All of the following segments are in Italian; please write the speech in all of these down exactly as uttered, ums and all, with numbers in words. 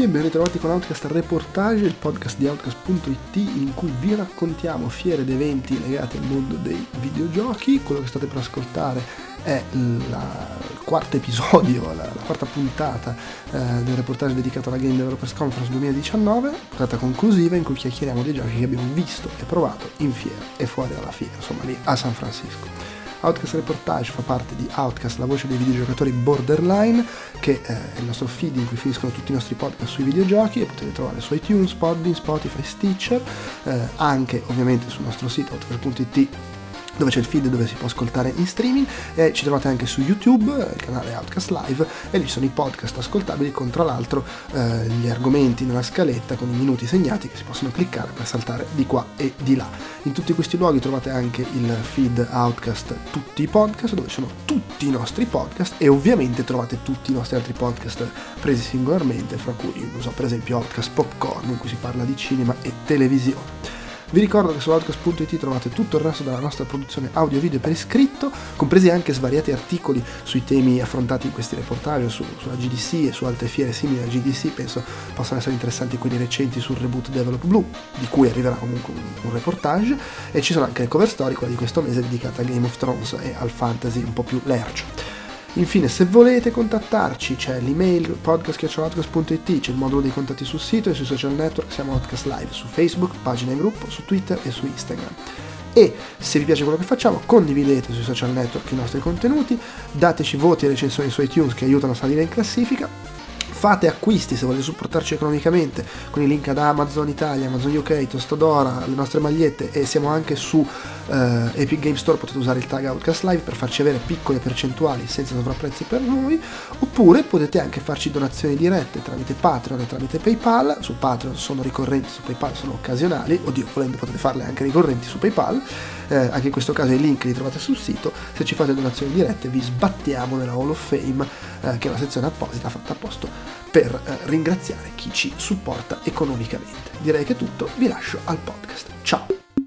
tutti e ben ritrovati con Outcast Reportage, il podcast di Outcast punto it in cui vi raccontiamo fiere ed eventi legati al mondo dei videogiochi. Quello che state per ascoltare è la, il quarto episodio, la, la quarta puntata eh, del reportage dedicato alla Game Developers Conference duemiladiciannove, puntata conclusiva in cui chiacchieriamo dei giochi che abbiamo visto e provato in fiera e fuori dalla fiera, insomma lì a San Francisco. Outcast Reportage fa parte di Outcast, la voce dei videogiocatori Borderline, che è il nostro feed in cui finiscono tutti i nostri podcast sui videogiochi e potete trovare su iTunes, Podbean, Spotify, Stitcher, eh, anche ovviamente sul nostro sito outcast punto it, dove c'è il feed dove si può ascoltare in streaming, e ci trovate anche su YouTube, il canale Outcast Live, e lì ci sono i podcast ascoltabili con tra l'altro eh, gli argomenti nella scaletta con i minuti segnati che si possono cliccare per saltare di qua e di là. In tutti questi luoghi trovate anche il feed Outcast tutti i podcast, dove sono tutti i nostri podcast, e ovviamente trovate tutti i nostri altri podcast presi singolarmente, fra cui, non so, per esempio Outcast Popcorn, in cui si parla di cinema e televisione. Vi ricordo che su outcast punto it trovate tutto il resto della nostra produzione audio e video per iscritto, compresi anche svariati articoli sui temi affrontati in questi reportage su, sulla G D C e su altre fiere simili alla G D C. Penso possano essere interessanti quelli recenti sul reboot Develop Blue, di cui arriverà comunque un, un reportage, e ci sono anche le cover story, quella di questo mese dedicata a Game of Thrones e al fantasy un po' più lercio. Infine, se volete contattarci, c'è l'email podcast chiocciola outcast punto it, c'è il modulo dei contatti sul sito e sui social network. Siamo Outcast Live su Facebook, pagina in gruppo, su Twitter e su Instagram. E se vi piace quello che facciamo, condividete sui social network i nostri contenuti, dateci voti e recensioni su iTunes che aiutano a salire in classifica. Fate acquisti se volete supportarci economicamente con i link ad Amazon Italia, Amazon U K, Tostadora, le nostre magliette, e siamo anche su eh, Epic Game Store. Potete usare il tag Outcast Live per farci avere piccole percentuali senza sovrapprezzi per noi, oppure potete anche farci donazioni dirette tramite Patreon e tramite PayPal. Su Patreon sono ricorrenti, su PayPal sono occasionali, oddio, volendo potete farle anche ricorrenti su PayPal. Eh, anche in questo caso i link li trovate sul sito. Se ci fate donazioni dirette vi sbattiamo nella Hall of Fame, eh, che è una sezione apposita fatta apposta per eh, ringraziare chi ci supporta economicamente. Direi che è tutto, vi lascio al podcast. Ciao!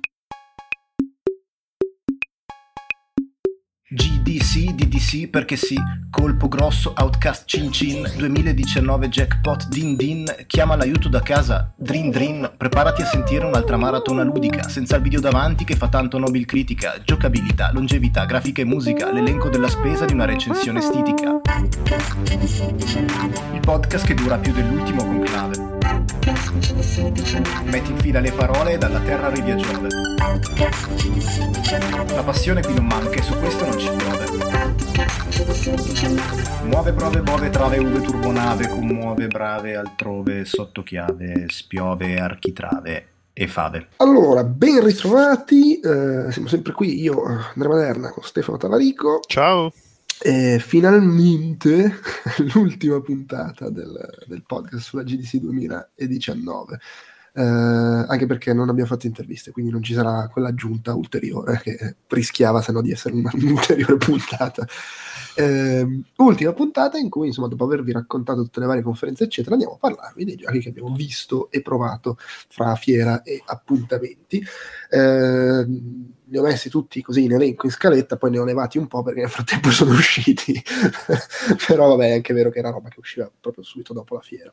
G D C, D D C perché sì, colpo grosso, Outcast Cin Cin, duemiladiciannove jackpot din din, chiama l'aiuto da casa, drin drin, preparati a sentire un'altra maratona ludica, senza il video davanti che fa tanto nobil critica, giocabilità, longevità, grafica e musica, l'elenco della spesa di una recensione estitica. Il podcast che dura più dell'ultimo conclave. Metti in fila le parole dalla terra arrivi a Giove. La passione qui non manca e su questo non ci piove. Muove, prove, bove, trave, uve, turbonave, commuove, brave, altrove, sotto chiave, spiove, architrave e fave. Allora, ben ritrovati, eh, siamo sempre qui, io, Andrea Maderna, con Stefano Tallarico. Ciao! E finalmente l'ultima puntata del, del podcast sulla G D C duemiladiciannove, eh, anche perché non abbiamo fatto interviste, quindi non ci sarà quell'aggiunta ulteriore che rischiava se no di essere una, un'ulteriore puntata. Eh, ultima puntata in cui, insomma, dopo avervi raccontato tutte le varie conferenze eccetera, andiamo a parlarvi dei giochi che abbiamo visto e provato fra fiera e appuntamenti. Eh, li ho messi tutti così in elenco, in scaletta, poi ne ho levati un po' perché nel frattempo sono usciti però vabbè, è anche vero che era roba che usciva proprio subito dopo la fiera.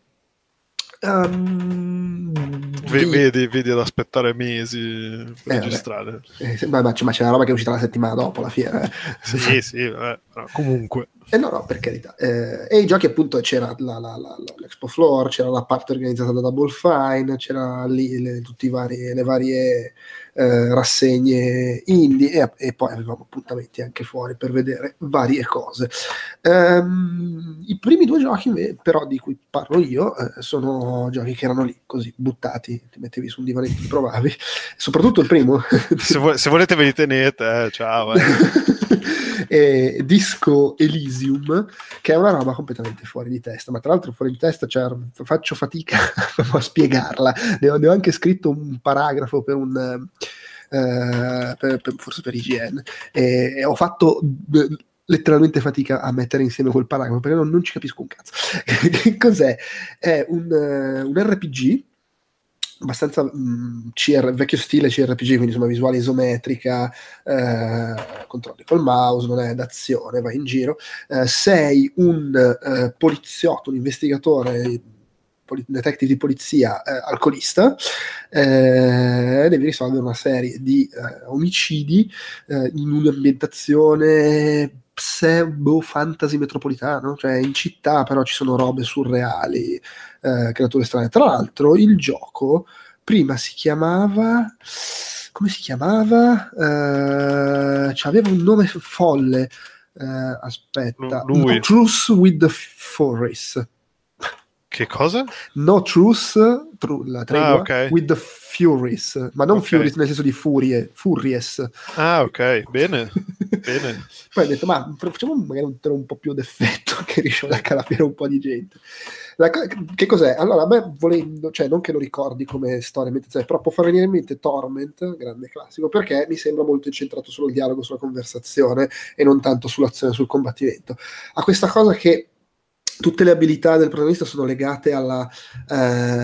Um, v- vedi, vedi ad aspettare mesi per eh, registrare. Eh, ma, ma c'è una roba che è uscita la settimana dopo la fiera. Eh. Sì, sì, vabbè, no, comunque. Eh no, no, per carità. Eh, e i giochi, appunto, c'era la, la, la, l'Expo Floor, c'era la parte organizzata da Double Fine, c'era lì le, tutti i vari, le varie eh, rassegne indie, e, e poi avevamo appuntamenti anche fuori per vedere varie cose. Um, I primi due giochi, però, di cui parlo io, eh, sono giochi che erano lì, così, buttati, ti mettevi su un divanetto, ti provavi. Soprattutto il primo. Se, vo- se volete ve li tenete, eh, ciao. Eh. E Disco Elysium, che è una roba completamente fuori di testa, ma tra l'altro fuori di testa, cioè, faccio fatica a spiegarla. Ne ho, ne ho anche scritto un paragrafo per un eh, per, per, forse per I G N, e, e ho fatto eh, letteralmente fatica a mettere insieme quel paragrafo perché non, non ci capisco un cazzo. Che cos'è? È un, uh, un R P G abbastanza mh, C R, vecchio stile C R P G, quindi insomma visuale isometrica, eh, controlli col mouse, non è d'azione, vai in giro, eh, sei un eh, poliziotto, un investigatore poli- detective di polizia eh, alcolista, eh, devi risolvere una serie di eh, omicidi eh, in un'ambientazione pseudo fantasy metropolitano, cioè in città però ci sono robe surreali, eh, creature strane. Tra l'altro il gioco prima si chiamava, come si chiamava? Eh, c'aveva un nome folle. Uh, aspetta, Lu- lui. No Truce with the Furies. Che cosa? No Truce, tru- la tregua, Ah, ok. with the Furies, ma non Ok. Furies nel senso di furie, Furies. Ah, ok, bene, bene. Poi ho detto, ma facciamo magari un tiro un po' più d'effetto che riesce a calappiare un po' di gente. La co- che cos'è? Allora, a me volendo, cioè non che lo ricordi come storia, cioè, però può far venire in mente Torment, grande classico, perché mi sembra molto incentrato sul dialogo, sulla conversazione e non tanto sull'azione, sul combattimento. Ha questa cosa che tutte le abilità del protagonista sono legate alla, eh,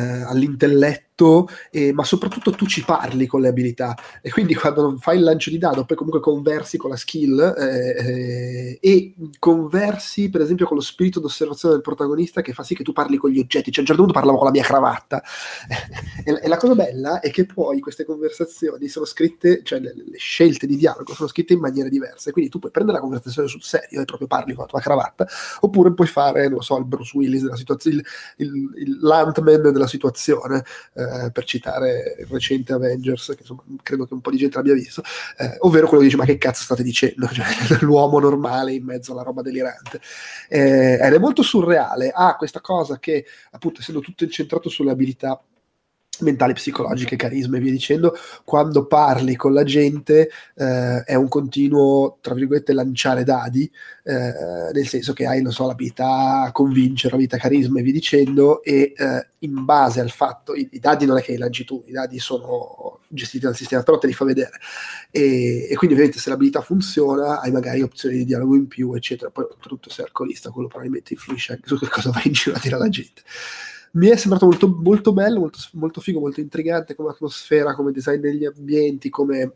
all'intelletto, e, ma soprattutto tu ci parli con le abilità, e quindi quando fai il lancio di dado poi comunque conversi con la skill eh, eh, e conversi per esempio con lo spirito d'osservazione del protagonista, che fa sì che tu parli con gli oggetti. Cioè a un certo punto parlavo con la mia cravatta e, e la cosa bella è che poi queste conversazioni sono scritte, cioè le, le scelte di dialogo sono scritte in maniere diverse, quindi tu puoi prendere la conversazione sul serio e proprio parli con la tua cravatta, oppure puoi fare, non lo so, il Bruce Willis della situazione, il, il, il l'Ant-Man della situazione, eh, per citare il recente Avengers, che insomma credo che un po' di gente l'abbia visto, eh, ovvero quello che dice: ma che cazzo state dicendo? Cioè, l'uomo normale in mezzo alla roba delirante, eh, ed è molto surreale. Ha questa cosa che, appunto, essendo tutto incentrato sulle abilità mentali, psicologiche, carisma e via dicendo, quando parli con la gente eh, è un continuo, tra virgolette, lanciare dadi, eh, nel senso che hai, non so, l'abilità a convincere, l'abilità carisma e via dicendo, e eh, in base al fatto, i, i dadi non è che li lanci tu, i dadi sono gestiti dal sistema, però te li fa vedere, e, e quindi ovviamente se l'abilità funziona hai magari opzioni di dialogo in più, eccetera. Poi oltretutto sei alcolista, quello probabilmente influisce anche su che cosa vai in giro a dire alla gente. Mi è sembrato molto, molto bello, molto, molto figo, molto intrigante come atmosfera, come design degli ambienti, come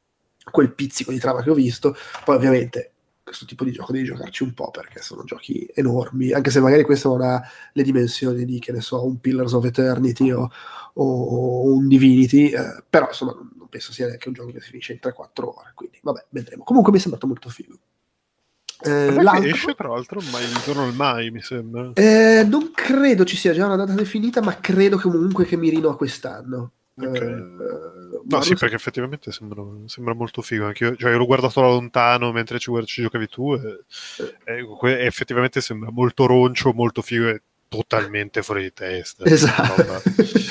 quel pizzico di trama che ho visto. Poi ovviamente questo tipo di gioco devi giocarci un po', perché sono giochi enormi, anche se magari questo non ha le dimensioni di, che ne so, un Pillars of Eternity o, o un Divinity, eh, però insomma non penso sia neanche un gioco che si finisce in tre quattro ore, quindi vabbè, vedremo. Comunque mi è sembrato molto figo. Eh, Che esce tra l'altro mai, il giorno del mai, mi sembra. Eh, non credo ci sia già una data definita, ma credo che comunque che mirino a quest'anno. Okay. Eh, no, sì, perché effettivamente sembra, sembra molto figo. Anch'io, cioè, io l'ho guardato da lontano mentre ci, ci giocavi tu, e, e, e effettivamente sembra molto roncio, molto figo e totalmente fuori di testa. Esatto.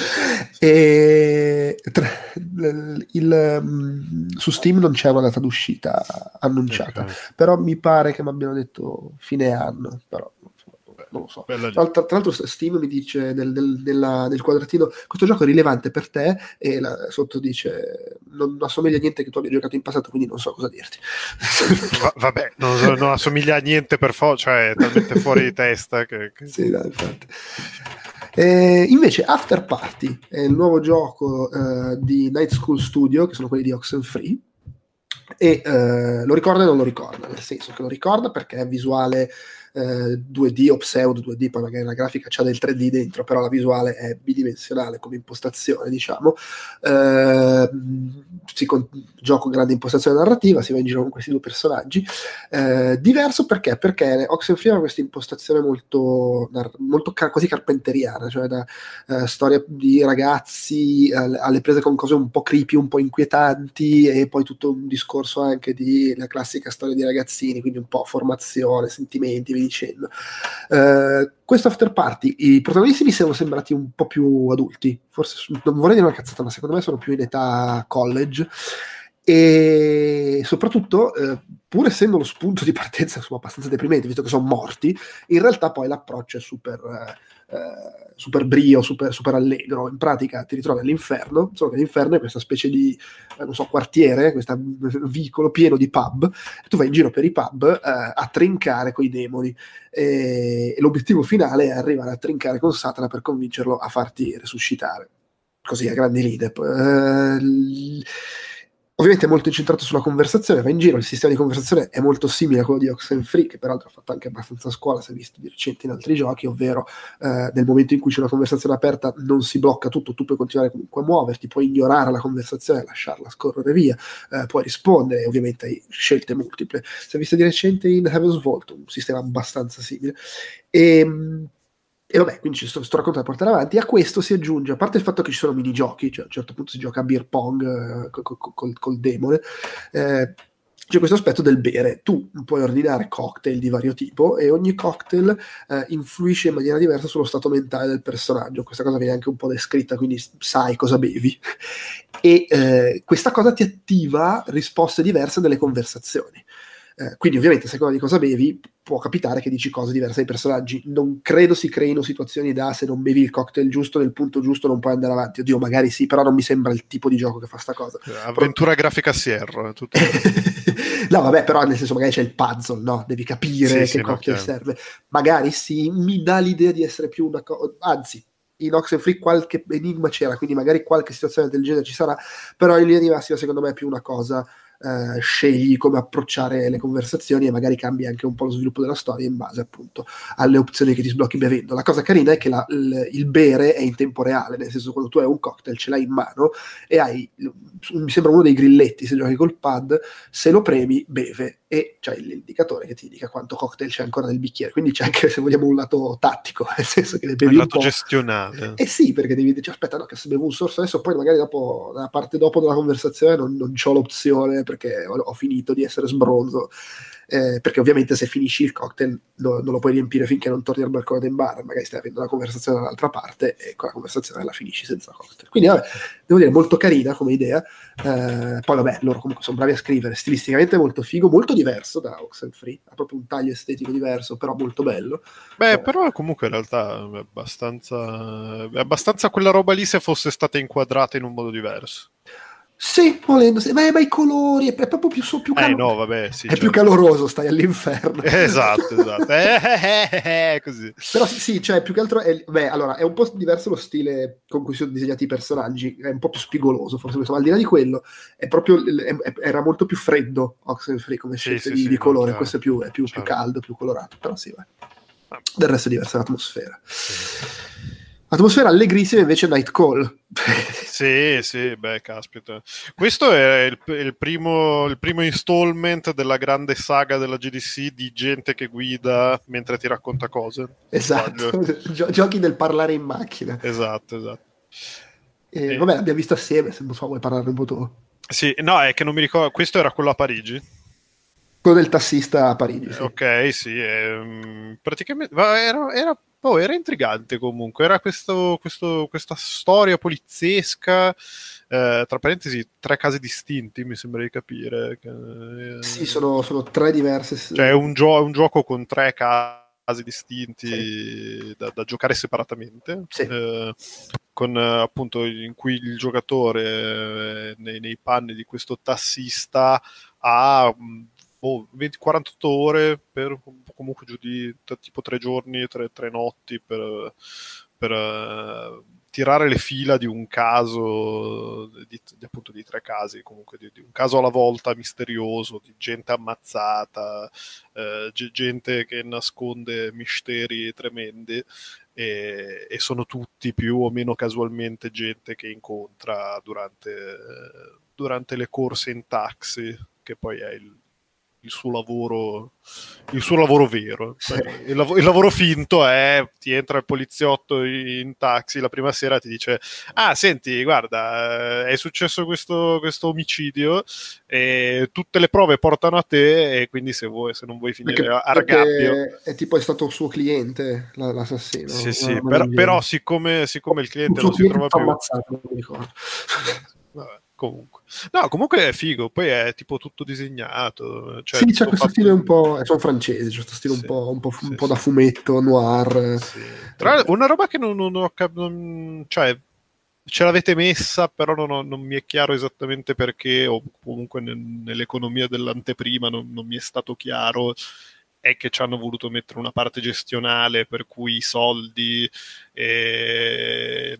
E tra, il, il, su Steam non c'è una data d'uscita annunciata, okay. Però mi pare che mi abbiano detto fine anno, però non lo so. Tra, tra, tra l'altro Steam mi dice nel, nel, nella, nel quadratino: questo gioco è rilevante per te, e la, sotto dice non assomiglia a niente che tu abbia giocato in passato, quindi non so cosa dirti. Va, vabbè, non, non assomiglia a niente per forza, cioè è talmente fuori di testa che, che... Sì, no, infatti. Eh, invece After Party è il nuovo gioco eh, di Night School Studio, che sono quelli di Oxenfree, e eh, lo ricorda e non lo ricorda, nel senso che lo ricorda perché è visuale eh, due D o pseudo due D, poi magari la grafica c'ha del tre D dentro, però la visuale è bidimensionale come impostazione, diciamo. Eh, si con, gioco grande impostazione narrativa, si va in giro con questi due personaggi. Eh, diverso perché? Perché Oxenfree ha questa impostazione molto, molto car- quasi carpenteriana, cioè da eh, storia di ragazzi eh, alle prese con cose un po' creepy, un po' inquietanti, e poi tutto un discorso anche di la classica storia di ragazzini, quindi un po' formazione, sentimenti, dicendo. Uh, questo After Party, i protagonisti mi sono sembrati un po' più adulti, forse non vorrei dire una cazzata, ma secondo me sono più in età college, e soprattutto eh, pur essendo lo spunto di partenza insomma abbastanza deprimente, visto che sono morti, in realtà poi l'approccio è super eh, super brio, super, super allegro. In pratica ti ritrovi all'inferno, solo che l'inferno è questa specie di eh, non so, quartiere, questo vicolo pieno di pub, e tu vai in giro per i pub eh, a trincare coi demoni, e, e l'obiettivo finale è arrivare a trincare con Satana per convincerlo a farti resuscitare, così a grandi linee. Eh, ovviamente è molto incentrato sulla conversazione, va in giro, il sistema di conversazione è molto simile a quello di Oxenfree, che peraltro ha fatto anche abbastanza scuola, si è visto di recente in altri giochi, ovvero eh, nel momento in cui c'è una conversazione aperta non si blocca tutto, tu puoi continuare comunque a muoverti, puoi ignorare la conversazione, lasciarla scorrere via, eh, puoi rispondere, ovviamente hai scelte multiple. Si è visto di recente in Heaven's Vault, un sistema abbastanza simile. E... E vabbè, quindi ci sto, sto racconto da portare avanti. A questo si aggiunge, a parte il fatto che ci sono minigiochi, cioè a un certo punto si gioca a beer pong eh, col, col, col demone, eh, c'è questo aspetto del bere. Tu puoi ordinare cocktail di vario tipo e ogni cocktail eh, influisce in maniera diversa sullo stato mentale del personaggio. Questa cosa viene anche un po' descritta, quindi sai cosa bevi. E eh, questa cosa ti attiva risposte diverse nelle conversazioni. Eh, quindi ovviamente a seconda di cosa bevi può capitare che dici cose diverse ai personaggi. Non credo si creino situazioni da se non bevi il cocktail giusto nel punto giusto non puoi andare avanti. Oddio, magari sì, però non mi sembra il tipo di gioco che fa sta cosa. Avventura però... grafica Sierra tutto. No vabbè, però nel senso magari c'è il puzzle, no? Devi capire sì, che sì, cocktail no, serve. Magari sì, mi dà l'idea di essere più una cosa, anzi in Oxenfree qualche enigma c'era, quindi magari qualche situazione del genere ci sarà, però in linea di massima secondo me è più una cosa Uh, scegli come approcciare le conversazioni e magari cambi anche un po' lo sviluppo della storia in base appunto alle opzioni che ti sblocchi bevendo. La cosa carina è che la, il, il bere è in tempo reale, nel senso quando tu hai un cocktail ce l'hai in mano e hai, mi sembra uno dei grilletti se giochi col pad, se lo premi beve e c'hai l'indicatore che ti indica quanto cocktail c'è ancora nel bicchiere, quindi c'è anche se vogliamo un lato tattico, nel senso che ne bevi un lato po'. gestionale. Eh sì, perché devi dire, aspetta no, che se bevo un sorso adesso poi magari dopo, la parte dopo della conversazione non, non c'ho l'opzione perché ho, ho finito di essere sbronzo, eh, perché ovviamente se finisci il cocktail no, non lo puoi riempire finché non torni al balcone del bar, magari stai avendo una conversazione dall'altra parte e quella conversazione la finisci senza cocktail. Quindi vabbè, devo dire molto carina come idea, eh, poi vabbè loro comunque sono bravi a scrivere, stilisticamente molto figo, molto diverso da Oxenfree, ha proprio un taglio estetico diverso però molto bello. Beh, eh, però comunque in realtà è abbastanza, è abbastanza quella roba lì se fosse stata inquadrata in un modo diverso. Sì, volendo, sì. Beh, ma i colori è proprio più, più, eh, calo- no, vabbè, sì, è più certo. caloroso, stai all'inferno. Esatto, esatto. Eh, eh, eh, eh, così. Però sì, sì, cioè più che altro è, beh, allora, è un po' diverso lo stile con cui sono disegnati i personaggi, è un po' più spigoloso, forse, ma al di là di quello, è proprio, è, è, era molto più freddo Oxenfree come Sì, scelte sì, di, sì, di no, colore, chiaro, questo è più, è più, più certo. caldo, più colorato, però sì, vai. Ah. Del resto è diversa l'atmosfera. Sì. Atmosfera allegrissima invece Nightcall. Sì, sì, beh, caspita. Questo è il, il, primo, il primo installment della grande saga della G D C di gente che guida mentre ti racconta cose. Esatto, Gio- giochi del parlare in macchina. Esatto, esatto. E, E... vabbè, l'abbiamo visto assieme, se non so, vuoi parlarne un po' tu. Sì, no, è che non mi ricordo, questo era quello a Parigi. Quello del tassista a Parigi, sì. Ok, sì, ehm, praticamente era, era, oh, era intrigante comunque, era questo, questo, questa storia poliziesca, eh, tra parentesi, tre casi distinti, mi sembra di capire. Che, eh, Sì, sono, sono tre diverse. Cioè è un, gio- un gioco con tre casi distinti Sì. da, da giocare separatamente, Sì. eh, con appunto in cui il giocatore eh, nei, nei panni di questo tassista ha oh, venti quarantotto ore per comunque giù di tipo tre giorni, tre, tre notti per, per uh, tirare le fila di un caso di, di, appunto di tre casi comunque di, di un caso alla volta misterioso, di gente ammazzata, uh, gente che nasconde misteri tremendi e, e sono tutti più o meno casualmente gente che incontra durante, durante le corse in taxi, che poi è il il suo lavoro il suo lavoro vero. Sì. Il, lav- il lavoro finto è ti entra il poliziotto in taxi la prima sera, ti dice ah senti guarda è successo questo, questo omicidio e tutte le prove portano a te e quindi se, vuoi, se non vuoi finire perché, a argabbio è tipo è stato un suo cliente l'assassino. sì sì però, però siccome, siccome il cliente non si trova più ammazzato, non mi ricordo. Vabbè, comunque no comunque è figo, poi è tipo tutto disegnato, cioè sì c'è questo fatto... stile un po' sono francesi, c'è questo stile sì, un po', un po', sì, un po' sì. da fumetto noir, sì. Tra l'altro una roba che non, non ho capito, cioè ce l'avete messa però non, ho, non mi è chiaro esattamente perché o comunque nel, nell'economia dell'anteprima non, non mi è stato chiaro, è che ci hanno voluto mettere una parte gestionale per cui i soldi eh,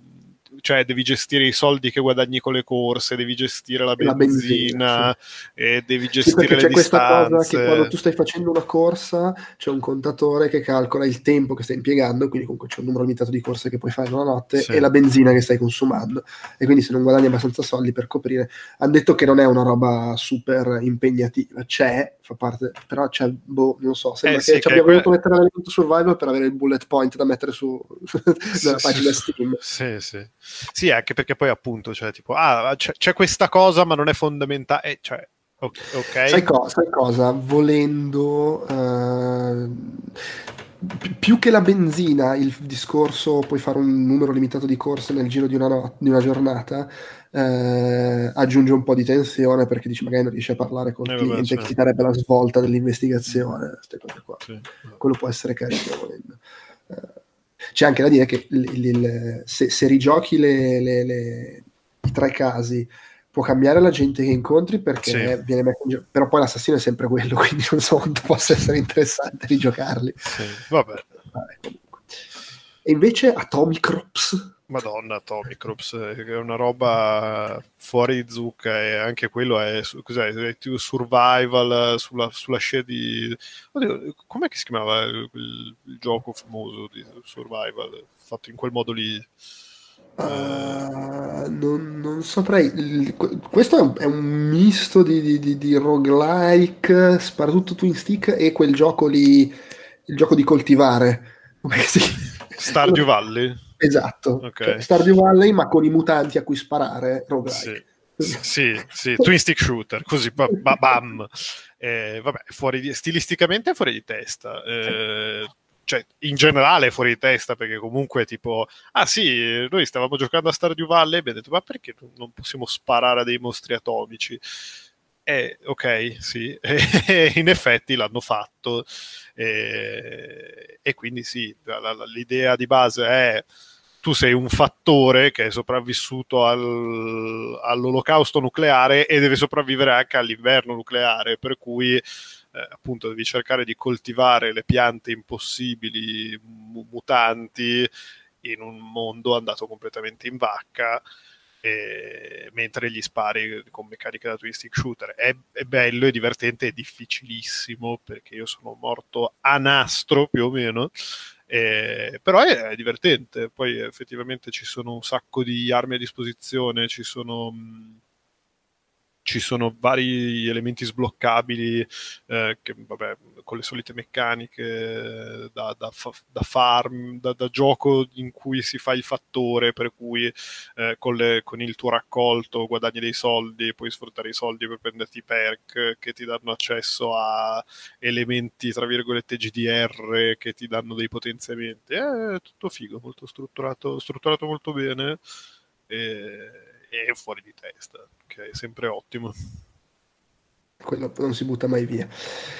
cioè devi gestire i soldi che guadagni con le corse, devi gestire la benzina, la benzina sì. E devi gestire sì, perché le c'è distanze. Questa cosa che quando tu stai facendo una corsa c'è un contatore che calcola il tempo che stai impiegando, quindi comunque c'è un numero limitato di corse che puoi fare in una notte, sì. E la benzina che stai consumando, e quindi se non guadagni abbastanza soldi per coprire, hanno detto che non è una roba super impegnativa, c'è, fa parte, però c'è, boh, non so, sembra eh che sì, ci abbia que- voluto mettere l'elemento survival per avere il bullet point da mettere su nella sì, pagina sì, Steam. Sì, sì. Sì, anche perché poi appunto, cioè tipo, ah, c'è, c'è questa cosa ma non è fondamentale, eh, cioè, ok. Sai, co- sai cosa? Volendo... Uh, pi- più che la benzina, il discorso puoi fare un numero limitato di corse nel giro di una, no- di una giornata, eh, aggiunge un po' di tensione perché dici magari non riesci a parlare col Eh, cliente, vabbè, che certo. ti darebbe la svolta dell'investigazione, queste cose qua. Sì. Quello può essere carino volendo. Uh, c'è anche da dire che il, il, il, se, se rigiochi le, le, le, i tre casi può cambiare la gente che incontri perché Sì. viene messo in gioco, però poi l'assassino è sempre quello, quindi non so quanto possa essere interessante rigiocarli. Sì, vabbè. Vabbè, comunque. E invece Atomic Crops. Madonna, Atomic Crops è una roba fuori di zucca, e anche quello è, cos'è, è survival sulla, sulla scia di... Oddio, com'è che si chiamava il, il, il gioco famoso di survival fatto in quel modo lì? Uh, non, non saprei. Il, questo è un, è un misto di, di, di, di roguelike, sparatutto twin stick e quel gioco lì, il gioco di coltivare. Come si chiama? Stardew Valley? Esatto, Okay. Cioè, Stardew Valley ma con i mutanti a cui sparare roguelike. Sì, sì, sì, twin stick shooter, così ba- bam. Eh, vabbè, fuori di, stilisticamente è fuori di testa. Eh, cioè, in generale è fuori di testa, perché comunque tipo, ah sì, noi stavamo giocando a Stardew Valley e abbiamo detto, ma perché non possiamo sparare a dei mostri atomici? Eh, ok, sì, e in effetti l'hanno fatto, e, e quindi sì, la, la, l'idea di base è: tu sei un fattore che è sopravvissuto al, all'olocausto nucleare e deve sopravvivere anche all'inverno nucleare, per cui eh, appunto devi cercare di coltivare le piante impossibili, m- mutanti, in un mondo andato completamente in vacca, e, mentre gli spari con meccanica da twin stick shooter. È, è bello, è divertente, è difficilissimo, perché io sono morto a nastro più o meno. Eh, però è, è divertente. Poi effettivamente ci sono un sacco di armi a disposizione, ci sono mh, ci sono vari elementi sbloccabili, eh, che vabbè, con le solite meccaniche da, da, da farm, da, da gioco in cui si fa il fattore, per cui eh, con, le, con il tuo raccolto guadagni dei soldi, puoi sfruttare i soldi per prenderti perk che ti danno accesso a elementi tra virgolette G D R che ti danno dei potenziamenti. È tutto figo, molto strutturato, strutturato molto bene, e, e fuori di testa, che è sempre ottimo. Quello non si butta mai via.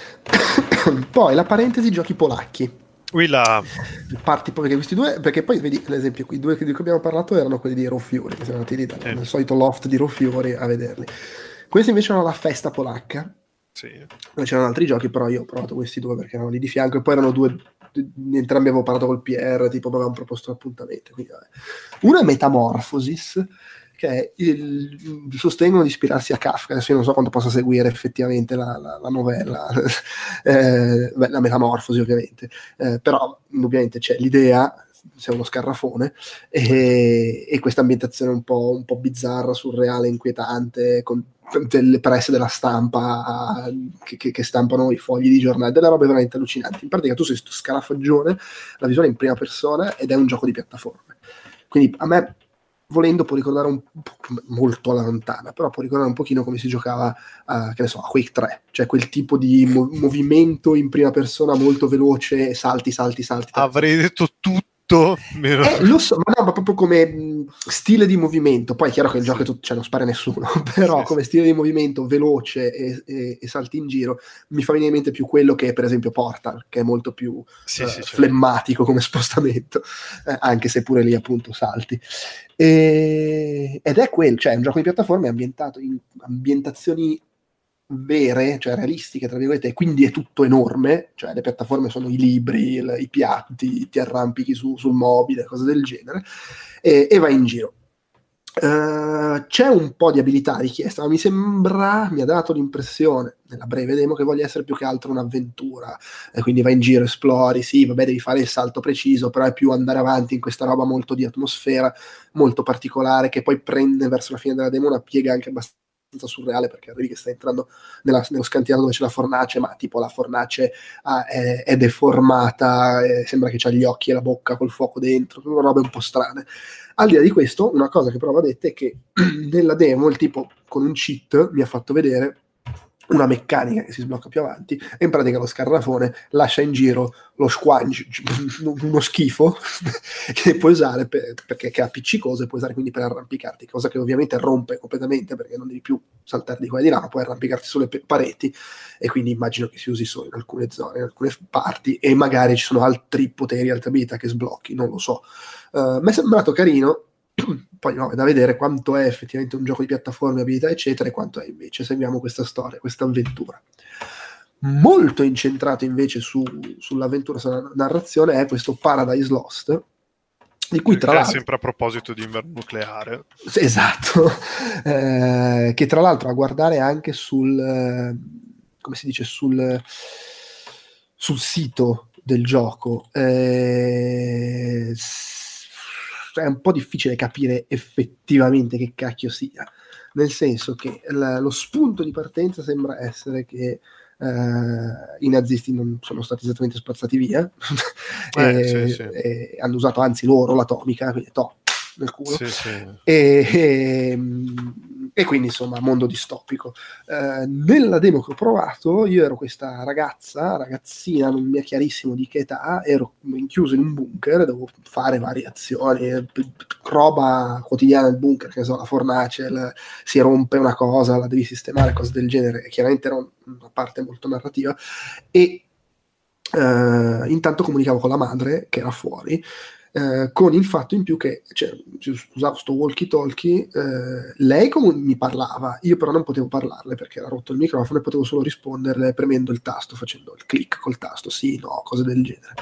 Poi la parentesi giochi polacchi. Willa. Parti poi, perché questi due, perché poi vedi l'esempio, i due di cui abbiamo parlato erano quelli di Raw Fury, che sono andati lì dal, eh. nel solito loft di Raw Fury a vederli. Questi invece erano la festa polacca. Sì. Poi c'erano altri giochi, però io ho provato questi due perché erano lì di fianco, e poi erano due, entrambi avevo parlato col P R, tipo avevamo proposto l'appuntamento. Quindi, vabbè. Uno è Metamorphosis, che è il, sostengono di ispirarsi a Kafka. Adesso io non so quanto possa seguire effettivamente la, la, la novella, eh, beh, la metamorfosi ovviamente, eh, però ovviamente c'è l'idea, sei uno scarrafone, e, e questa ambientazione un po', un po' bizzarra, surreale, inquietante, con delle presse della stampa che, che, che stampano i fogli di giornale, delle robe veramente allucinanti. In pratica tu sei sto scarafagione, la visione è in prima persona ed è un gioco di piattaforme. Quindi a me, volendo, può ricordare un po', molto alla lontana, però può ricordare un pochino come si giocava a, che ne so, a Quake tre, cioè quel tipo di mo- movimento in prima persona molto veloce, salti, salti, salti. Avrei detto tutto. Meno... Eh, lo so, ma no, ma proprio come mh, stile di movimento. Poi è chiaro che il sì. gioco è tutto, cioè non spara nessuno, però sì, come sì. stile di movimento veloce e, e, e salti in giro mi fa venire in mente più quello che è per esempio Portal, che è molto più sì, eh, sì, certo. flemmatico come spostamento, eh, anche se pure lì appunto salti. E, ed è quello, cioè è un gioco di piattaforme ambientato in ambientazioni vere, cioè realistiche tra virgolette, e quindi è tutto enorme, cioè le piattaforme sono i libri, il, i piatti, ti arrampichi su, sul mobile, cose del genere, e, e vai in giro. Uh, c'è un po' di abilità richiesta, ma mi sembra, mi ha dato l'impressione nella breve demo che voglia essere più che altro un'avventura, e quindi vai in giro, esplori, sì, vabbè, devi fare il salto preciso, però è più andare avanti in questa roba molto di atmosfera, molto particolare, che poi prende verso la fine della demo una piega anche abbastanza surreale, perché arrivi che stai entrando nella, nello scantierato dove c'è la fornace, ma tipo la fornace ah, è, è deformata, eh, sembra che c'ha gli occhi e la bocca col fuoco dentro, sono robe un po' strane. Al di là di questo, una cosa che però va detta è che nella demo il tipo con un cheat mi ha fatto vedere una meccanica che si sblocca più avanti, e in pratica lo scarrafone lascia in giro lo squanch, uno schifo che puoi usare per, perché è appiccicoso, e puoi usare quindi per arrampicarti, cosa che ovviamente rompe completamente perché non devi più saltare di qua e di là, ma puoi arrampicarti sulle pareti, e quindi immagino che si usi solo in alcune zone, in alcune parti, e magari ci sono altri poteri, altre abilità che sblocchi, non lo so. Uh, mi è sembrato carino. Poi no, è da vedere quanto è effettivamente un gioco di piattaforme, abilità eccetera, e quanto è invece seguiamo questa storia, questa avventura. Molto incentrato invece su, sull'avventura, sulla narrazione, è questo Paradise Lost, di cui tra che l'altro è sempre a proposito di inverno nucleare, esatto, eh, che tra l'altro a guardare anche sul eh, come si dice sul, sul sito del gioco eh, è un po' difficile capire effettivamente che cacchio sia, nel senso che l- lo spunto di partenza sembra essere che Uh, i nazisti non sono stati esattamente spazzati via eh, e, sì, sì. e hanno usato anzi loro l'atomica, quindi to, nel culo, sì, sì. E, e, e quindi insomma mondo distopico. Uh, nella demo che ho provato io ero questa ragazza ragazzina, non mi è chiarissimo di che età, ero chiuso in un bunker, dovevo fare varie azioni, roba quotidiana del bunker, che ne so, la fornace, la, si rompe una cosa, la devi sistemare, cose del genere, chiaramente era una parte molto narrativa, e uh, intanto comunicavo con la madre che era fuori, Uh, con il fatto in più che cioè, usavo sto walkie talkie, uh, lei com- mi parlava, io però non potevo parlarle perché era rotto il microfono, e potevo solo risponderle premendo il tasto, facendo il click col tasto, sì, no, cose del genere.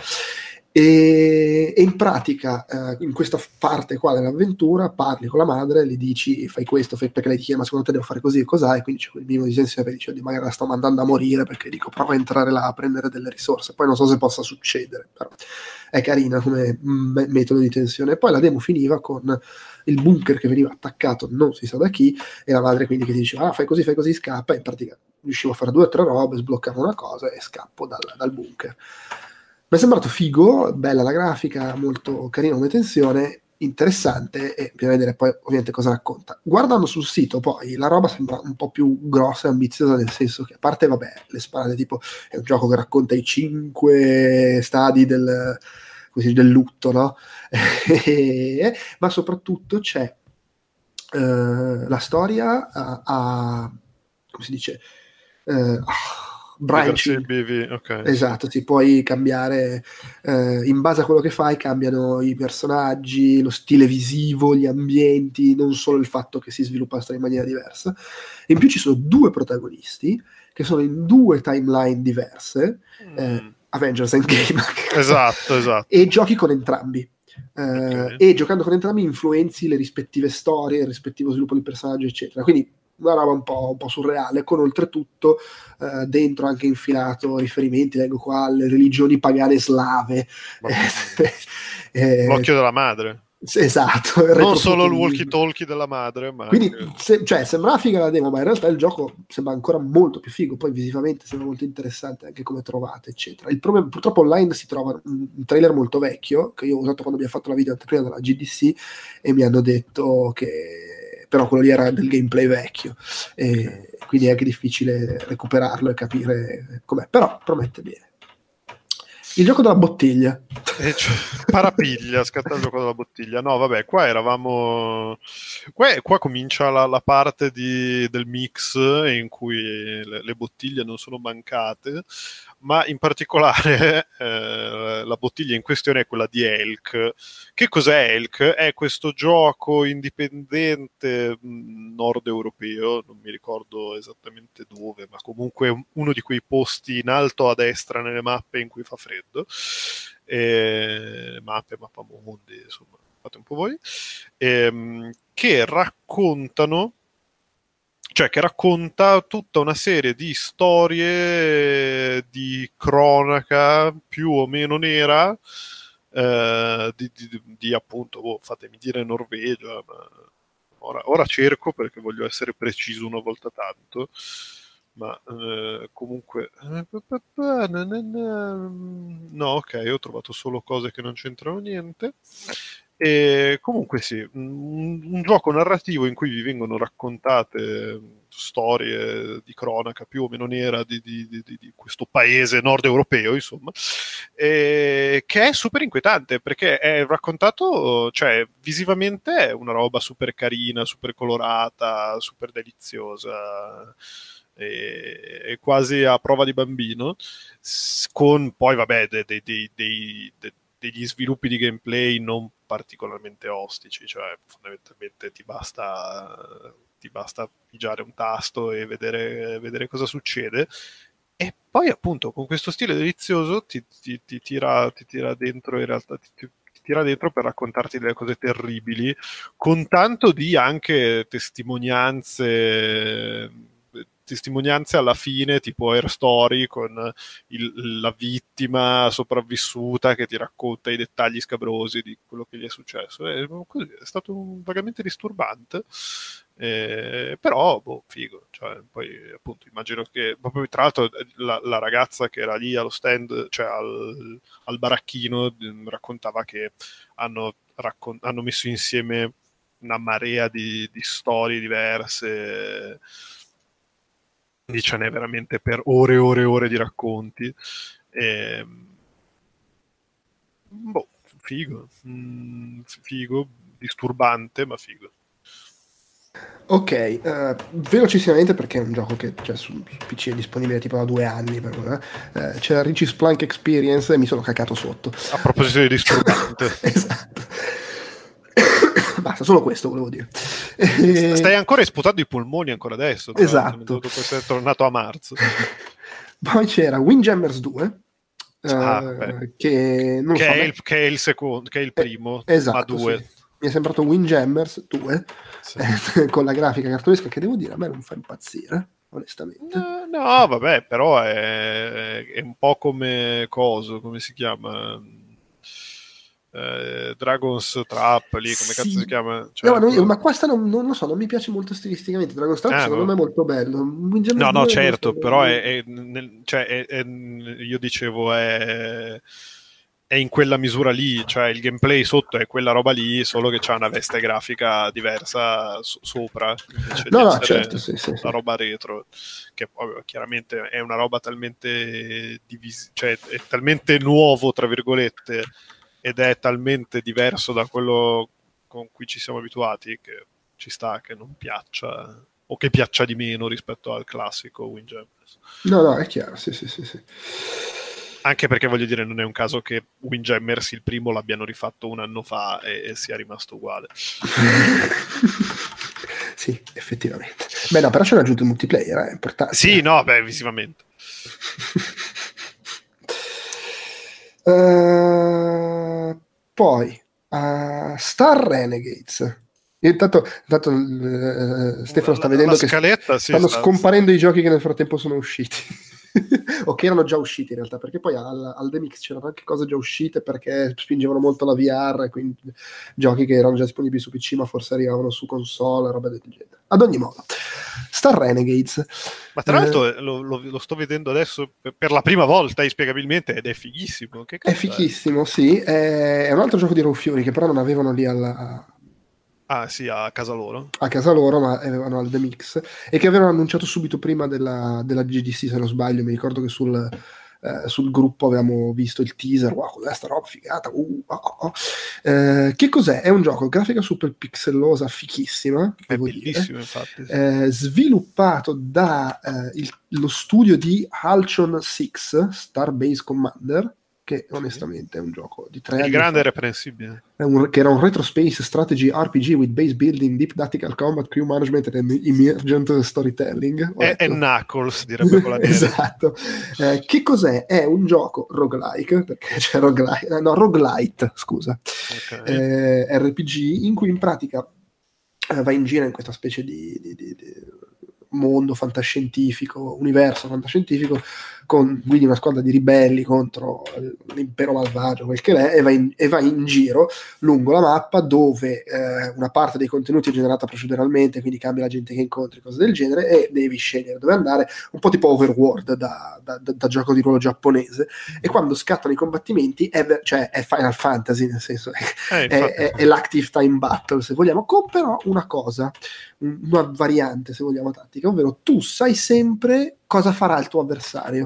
E, e in pratica uh, in questa parte qua dell'avventura parli con la madre, le dici fai questo, fai, perché lei ti chiede ma secondo te devo fare così e cos'ha, e quindi c'è quel minimo di sensibilità, dice di magari la sto mandando a morire, perché dico prova a entrare là a prendere delle risorse, poi non so se possa succedere, però è carina come me- metodo di tensione. E poi la demo finiva con il bunker che veniva attaccato non si sa da chi, e la madre quindi che ti diceva ah, fai così, fai così, scappa, e in pratica riuscivo a fare due o tre robe, sbloccavo una cosa e scappo dal, dal bunker. Mi è sembrato figo, bella la grafica, molto carina come tensione, interessante, e bisogna vedere poi ovviamente cosa racconta. Guardando sul sito poi la roba sembra un po' più grossa e ambiziosa, nel senso che a parte vabbè le sparate, tipo è un gioco che racconta i cinque stadi del, così, del lutto, no? Ma soprattutto c'è eh, la storia a, a come si dice eh, branching. B V, ok, Esatto, sì. ti puoi cambiare eh, in base a quello che fai, cambiano i personaggi, lo stile visivo, gli ambienti, non solo il fatto che si sviluppa la storia in maniera diversa. In più ci sono due protagonisti che sono in due timeline diverse, eh, Mm. Avengers Endgame, esatto, esatto. e giochi con entrambi. Eh, okay. E giocando con entrambi influenzi le rispettive storie, il rispettivo sviluppo del personaggio, eccetera. Quindi una roba un po', un po' surreale, con oltretutto eh, dentro anche infilato riferimenti, leggo qua, alle religioni pagane slave. Eh, l'occhio della madre. Esatto, non solo il walkie talkie della madre, ma quindi anche... se, cioè, sembrava figa la demo, ma in realtà il gioco sembra ancora molto più figo, poi visivamente sembra molto interessante anche come trovate eccetera. Il problema, purtroppo online si trova un, un trailer molto vecchio che io ho usato quando abbiamo fatto la video anteprima della G D C, e mi hanno detto che però quello lì era del gameplay vecchio, e okay. Quindi è anche difficile recuperarlo e capire com'è, però promette bene. Il gioco della bottiglia. Eh, cioè, parapiglia, scatta il gioco della bottiglia. No, vabbè, qua eravamo... Qua, qua comincia la, la parte di, del mix in cui le, le bottiglie non sono mancate, ma in particolare eh, la bottiglia in questione è quella di Elk. Che cos'è Elk? È questo gioco indipendente mh, nord europeo, non mi ricordo esattamente dove, ma comunque uno di quei posti in alto a destra nelle mappe in cui fa freddo. E mappe, mappamondi, insomma, fate un po' voi, ehm, che raccontano, cioè che racconta tutta una serie di storie di cronaca più o meno nera, eh, di, di, di appunto, boh, fatemi dire Norvegia, ma ora, ora cerco perché voglio essere preciso una volta tanto, ma eh, comunque no, ok, ho trovato solo cose che non c'entrano niente. E comunque sì, un, un gioco narrativo in cui vi vengono raccontate storie di cronaca più o meno nera di, di, di, di questo paese nord europeo, insomma, e che è super inquietante perché è raccontato, cioè visivamente è una roba super carina, super colorata, super deliziosa, e, e quasi a prova di bambino, con poi vabbè dei, dei, dei, dei, dei degli sviluppi di gameplay non particolarmente ostici, cioè fondamentalmente ti basta ti basta pigiare un tasto e vedere, vedere cosa succede, e poi appunto con questo stile delizioso ti, ti, ti, tira, ti tira dentro in realtà ti, ti tira dentro per raccontarti delle cose terribili, con tanto di anche testimonianze testimonianze alla fine, tipo Air Story, con il, la vittima sopravvissuta che ti racconta i dettagli scabrosi di quello che gli è successo. È, così, è stato un, vagamente disturbante, eh, però boh, figo. Cioè, poi appunto immagino che proprio tra l'altro la, la ragazza che era lì allo stand, cioè al, al baracchino, raccontava che hanno, raccon- hanno messo insieme una marea di, di storie diverse. Ce n'è veramente per ore e ore e ore di racconti. E, boh, figo. Mm, figo, disturbante, ma figo. Ok, uh, velocissimamente, perché è un gioco che cioè, su, su P C è disponibile tipo da due anni, per, eh, c'è Richie Splunk Experience e mi sono cacato sotto. A proposito di disturbante. Esatto. Basta, solo questo volevo dire. Stai ancora sputando i polmoni ancora adesso, esatto, dopo essere tornato a marzo. Poi c'era Windjammers due, ah, uh, che, non che, so, è me... il, che è il secondo, che è il primo, eh, esatto, ma due. Sì. Mi è sembrato Windjammers due, sì. eh, con la grafica cartunesca che devo dire a me non fa impazzire, onestamente. No, no vabbè, però è, è un po' come coso, come si chiama? Eh, Dragon's Trap lì, come sì. cazzo si chiama? Cioè, no, ma, non, quello... ma questa non, non lo so, non mi piace molto stilisticamente. Dragon's Trap ah, secondo no. me è molto bello. No, no, certo, però è, è, nel, cioè, è, è, io dicevo è, è in quella misura lì, cioè il gameplay sotto è quella roba lì, solo che c'ha una veste grafica diversa so, sopra, invece no, di no, essere certo, sì, sì, la sì. roba retro, che poi chiaramente è una roba talmente divis- cioè è talmente nuovo, tra virgolette, ed è talmente diverso da quello con cui ci siamo abituati che ci sta che non piaccia o che piaccia di meno rispetto al classico Windjammers. No, no, è chiaro, sì, sì, sì, sì. Anche perché voglio dire, non è un caso che Windjammers il primo l'abbiano rifatto un anno fa e, e sia rimasto uguale. Sì, effettivamente. Beh, no, però c'è aggiunto il multiplayer, è importante. Sì, no, beh, visivamente. uh, poi uh, Star Renegades. Intanto, intanto uh, Stefano sta la, vedendo la che scaletta, st- stanno sì, sta... scomparendo i giochi che nel frattempo sono usciti. o che erano già usciti in realtà, perché poi al, al The Mix c'erano anche cose già uscite perché spingevano molto la V R, quindi giochi che erano già disponibili su P C ma forse arrivavano su console, roba del genere. Ad ogni modo, Star Renegades. Ma tra l'altro eh, lo, lo, lo sto vedendo adesso per, per la prima volta inspiegabilmente ed è fighissimo. Che è fighissimo, è? Sì. È, è un altro gioco di Raw Fury che però non avevano lì alla... Ah sì, a casa loro. A casa loro, ma avevano al The Mix e che avevano annunciato subito prima della, della G D C, se non sbaglio. Mi ricordo che sul, eh, sul gruppo avevamo visto il teaser. Wow, cos'è sta roba figata? Uh, oh, oh. Eh, che cos'è? È un gioco grafica super pixellosa, fichissima. È bellissimo, dire. Infatti. Sì. Eh, sviluppato da eh, il, lo studio di Halcyon sei, Starbase Commander, che onestamente è un gioco di tre il anni grande fa. reprensibile. È un, che era un retro space strategy R P G with base building, deep tactical combat, crew management and emergent storytelling. È, è Knuckles, direbbe Polanieri. Esatto. Eh, che cos'è? È un gioco roguelike, perché c'è roguelike, no, roguelite, scusa. Okay. Eh, R P G in cui in pratica eh, vai in giro in questa specie di, di, di, di mondo fantascientifico, universo fantascientifico, con guidi una squadra di ribelli contro l'impero malvagio, quel che è, e vai in, e vai in giro lungo la mappa dove eh, una parte dei contenuti è generata proceduralmente, quindi cambia la gente che incontri, cose del genere, e devi scegliere dove andare, un po' tipo Overworld da, da, da, da gioco di ruolo giapponese, e quando scattano i combattimenti è, cioè, è Final Fantasy, nel senso eh, è, è, è l'active time battle, se vogliamo, con però una cosa, una variante, se vogliamo, tattica, ovvero tu sai sempre cosa farà il tuo avversario,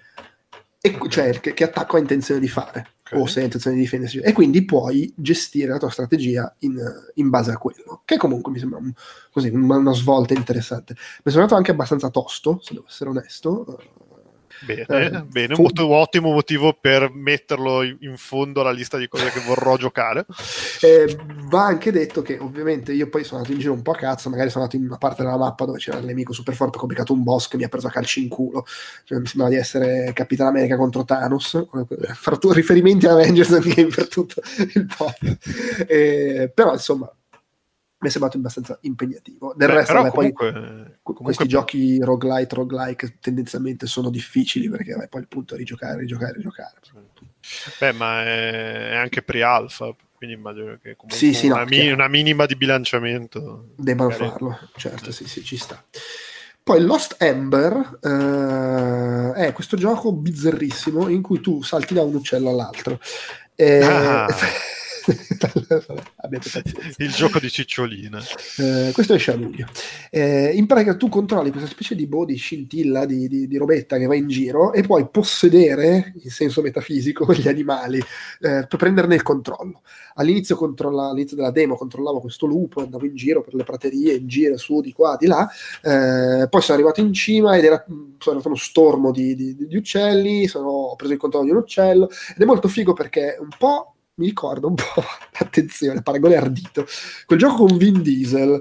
e, okay. cioè che, che attacco ha intenzione di fare, okay. o se ha intenzione di difendersi, e quindi puoi gestire la tua strategia in, in base a quello, che comunque mi sembra un, così, una, una svolta interessante. Mi è sembrato anche abbastanza tosto, se devo essere onesto. Bene, eh, bene, fu- un motivo, ottimo motivo per metterlo in, in fondo alla lista di cose che vorrò giocare. Eh, va anche detto che ovviamente io poi sono andato in giro un po' a cazzo, magari sono andato in una parte della mappa dove c'era il nemico super forte, ho complicato un boss che mi ha preso a calci in culo, cioè, mi sembrava di essere Capitan America contro Thanos, farò riferimenti a Avengers Endgame per tutto il podcast, eh, però insomma mi è sembrato abbastanza impegnativo. Del Beh, resto, però vabbè, comunque, poi comunque questi per... giochi roguelite, roguelike tendenzialmente sono difficili, perché vabbè, poi il punto è rigiocare, rigiocare, rigiocare. Beh, ma è, è anche pre-alpha, quindi immagino che comunque sì, sì, una, no, mi, una minima di bilanciamento debbano magari... farlo, certo, sì, sì, ci sta. Poi Lost Ember eh, è questo gioco bizzarrissimo in cui tu salti da un uccello all'altro. Eh, Ah. Abbiate pazienza. Il gioco di Cicciolina. Eh, questo esce a luglio. Eh, in pratica tu controlli questa specie di boh, di scintilla, di, di, di robetta che va in giro, e puoi possedere, in senso metafisico, gli animali eh, per prenderne il controllo. All'inizio, controlla, all'inizio della demo controllavo questo lupo, andavo in giro per le praterie, in giro, su, di qua, di là, eh, poi sono arrivato in cima ed era, sono arrivato uno stormo di, di, di uccelli, sono, ho preso il controllo di un uccello, ed è molto figo perché un po' mi ricordo un po', attenzione, paragone ardito, quel gioco con Vin Diesel.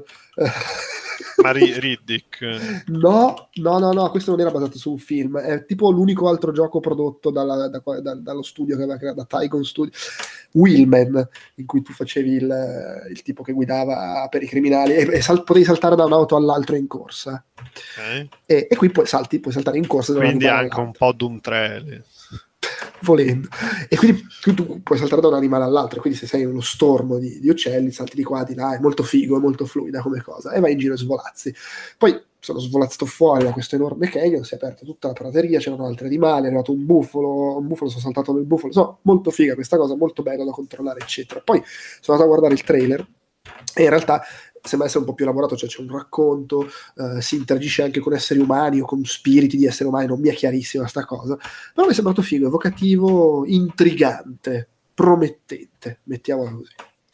Ma Riddick? No, no, no, no, questo non era basato su un film, è tipo l'unico altro gioco prodotto dalla, da, da, dallo studio che aveva creato, da Tycoon Studio, Wheelman, in cui tu facevi il, il tipo che guidava per i criminali e, e sal, potevi saltare da un'auto all'altro in corsa. Okay. E, e qui puoi, salti, puoi saltare in corsa da un Quindi animale anche un all'altro, po' Doom tre volendo, e quindi tu, tu puoi saltare da un animale all'altro, quindi se sei in uno stormo di, di uccelli salti di qua di là, è molto figo, è molto fluida come cosa, e vai in giro e svolazzi. Poi sono svolazzato fuori da questo enorme canyon, si è aperta tutta la prateria, c'erano altri animali, è arrivato un bufalo, un bufalo, sono saltato nel bufalo, insomma, molto figa questa cosa, molto bella da controllare, eccetera. Poi sono andato a guardare il trailer e in realtà sembra essere un po' più elaborato, cioè c'è un racconto, eh, si interagisce anche con esseri umani o con spiriti di esseri umani, non mi è chiarissima sta cosa, però mi è sembrato figo, evocativo, intrigante, promettente, mettiamola così.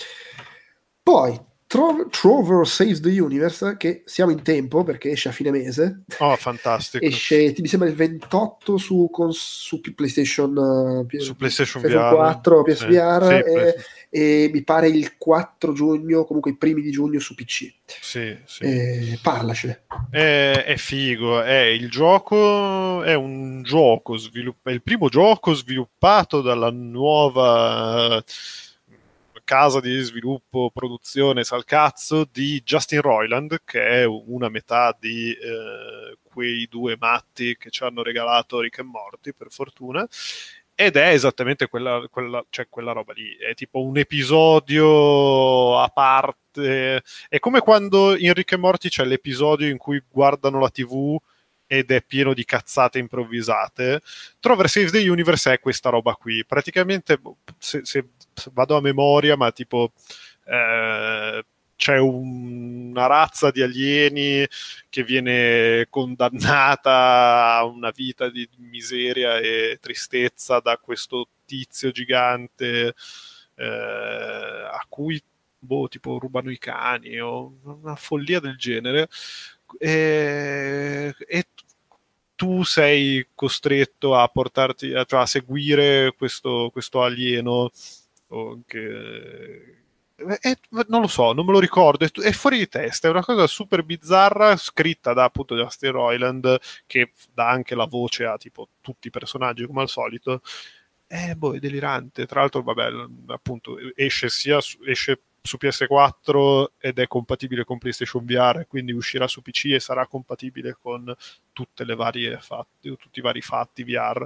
Poi Tro- Trover Saves the Universe, che siamo in tempo perché esce a fine mese. Oh, fantastico. Esce, mi sembra il ventotto su, con, su PlayStation, uh, su PlayStation, PlayStation V R quattro, P S V R, sì, e, sì, e mi pare il quattro giugno, comunque i primi di giugno su P C. sì, sì. Eh, parlaci. È, è figo, è il gioco, è un gioco svilupp- è il primo gioco sviluppato dalla nuova casa di sviluppo, produzione, salcazzo di Justin Roiland, che è una metà di eh, quei due matti che ci hanno regalato Rick e Morty, per fortuna, ed è esattamente quella, quella, cioè quella roba lì, è tipo un episodio a parte, è come quando in Rick e Morty c'è l'episodio in cui guardano la tivù ed è pieno di cazzate improvvisate. Trover Saves the Universe è questa roba qui, praticamente se, se vado a memoria, ma tipo eh, c'è un, una razza di alieni che viene condannata a una vita di miseria e tristezza da questo tizio gigante eh, a cui boh, tipo rubano i cani o una follia del genere, e, e tu sei costretto a portarti, a, cioè a seguire questo, questo alieno o che... È, non lo so, non me lo ricordo, è, è fuori di testa, è una cosa super bizzarra, scritta da appunto Justin Roiland, che dà anche la voce a tipo tutti i personaggi come al solito. Eh, boh, è delirante. Tra l'altro, vabbè, appunto, esce sia su, esce su P S quattro ed è compatibile con PlayStation V R, quindi uscirà su P C e sarà compatibile con tutte le varie fatti, tutti i vari fatti V R.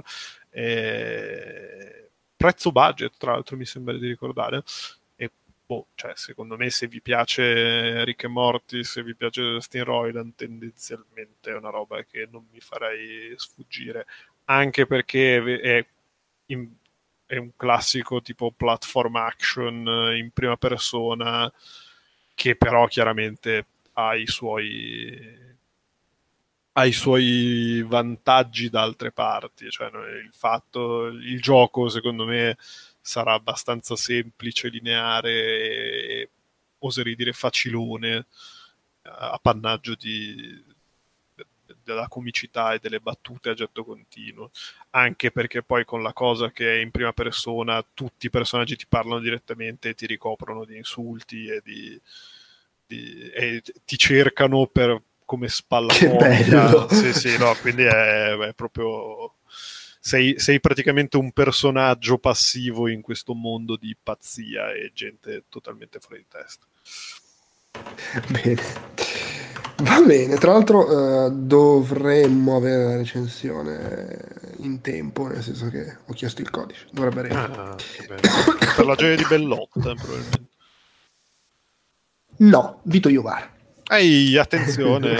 E... prezzo budget, tra l'altro, mi sembra di ricordare. Boh, cioè, secondo me se vi piace Rick e Morty, se vi piace Justin Roiland, tendenzialmente è una roba che non mi farei sfuggire, anche perché è, in, è un classico tipo platform action in prima persona, che però chiaramente ha i suoi ha i suoi vantaggi da altre parti, cioè il fatto, il gioco secondo me sarà abbastanza semplice, lineare e oserei dire facilone, appannaggio di, della comicità e delle battute a getto continuo, anche perché poi con la cosa che è in prima persona tutti i personaggi ti parlano direttamente e ti ricoprono di insulti e, di, di, e ti cercano per come spalla bello. sì sì no, quindi è, è proprio sei, sei praticamente un personaggio passivo in questo mondo di pazzia e gente totalmente fuori di testa. Bene, va bene. Tra l'altro uh, dovremmo avere la recensione in tempo, nel senso che ho chiesto il codice, dovrebbe arrivare. Ah, per la gioia di Bellotta probabilmente. No, Vito Iovara. Ehi, attenzione.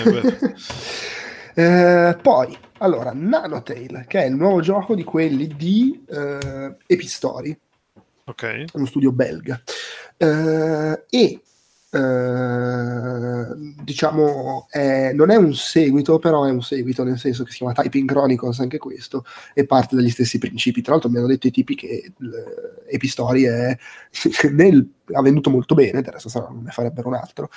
eh, poi allora Nanotale, che è il nuovo gioco di quelli di uh, Epistory, ok, uno studio belga, uh, e Uh, diciamo è, non è un seguito, però è un seguito nel senso che si chiama Typing Chronicles anche questo, e parte dagli stessi principi. Tra l'altro mi hanno detto i tipi che Epistory è nel, ha venduto molto bene, adesso sarà, non ne farebbero un altro,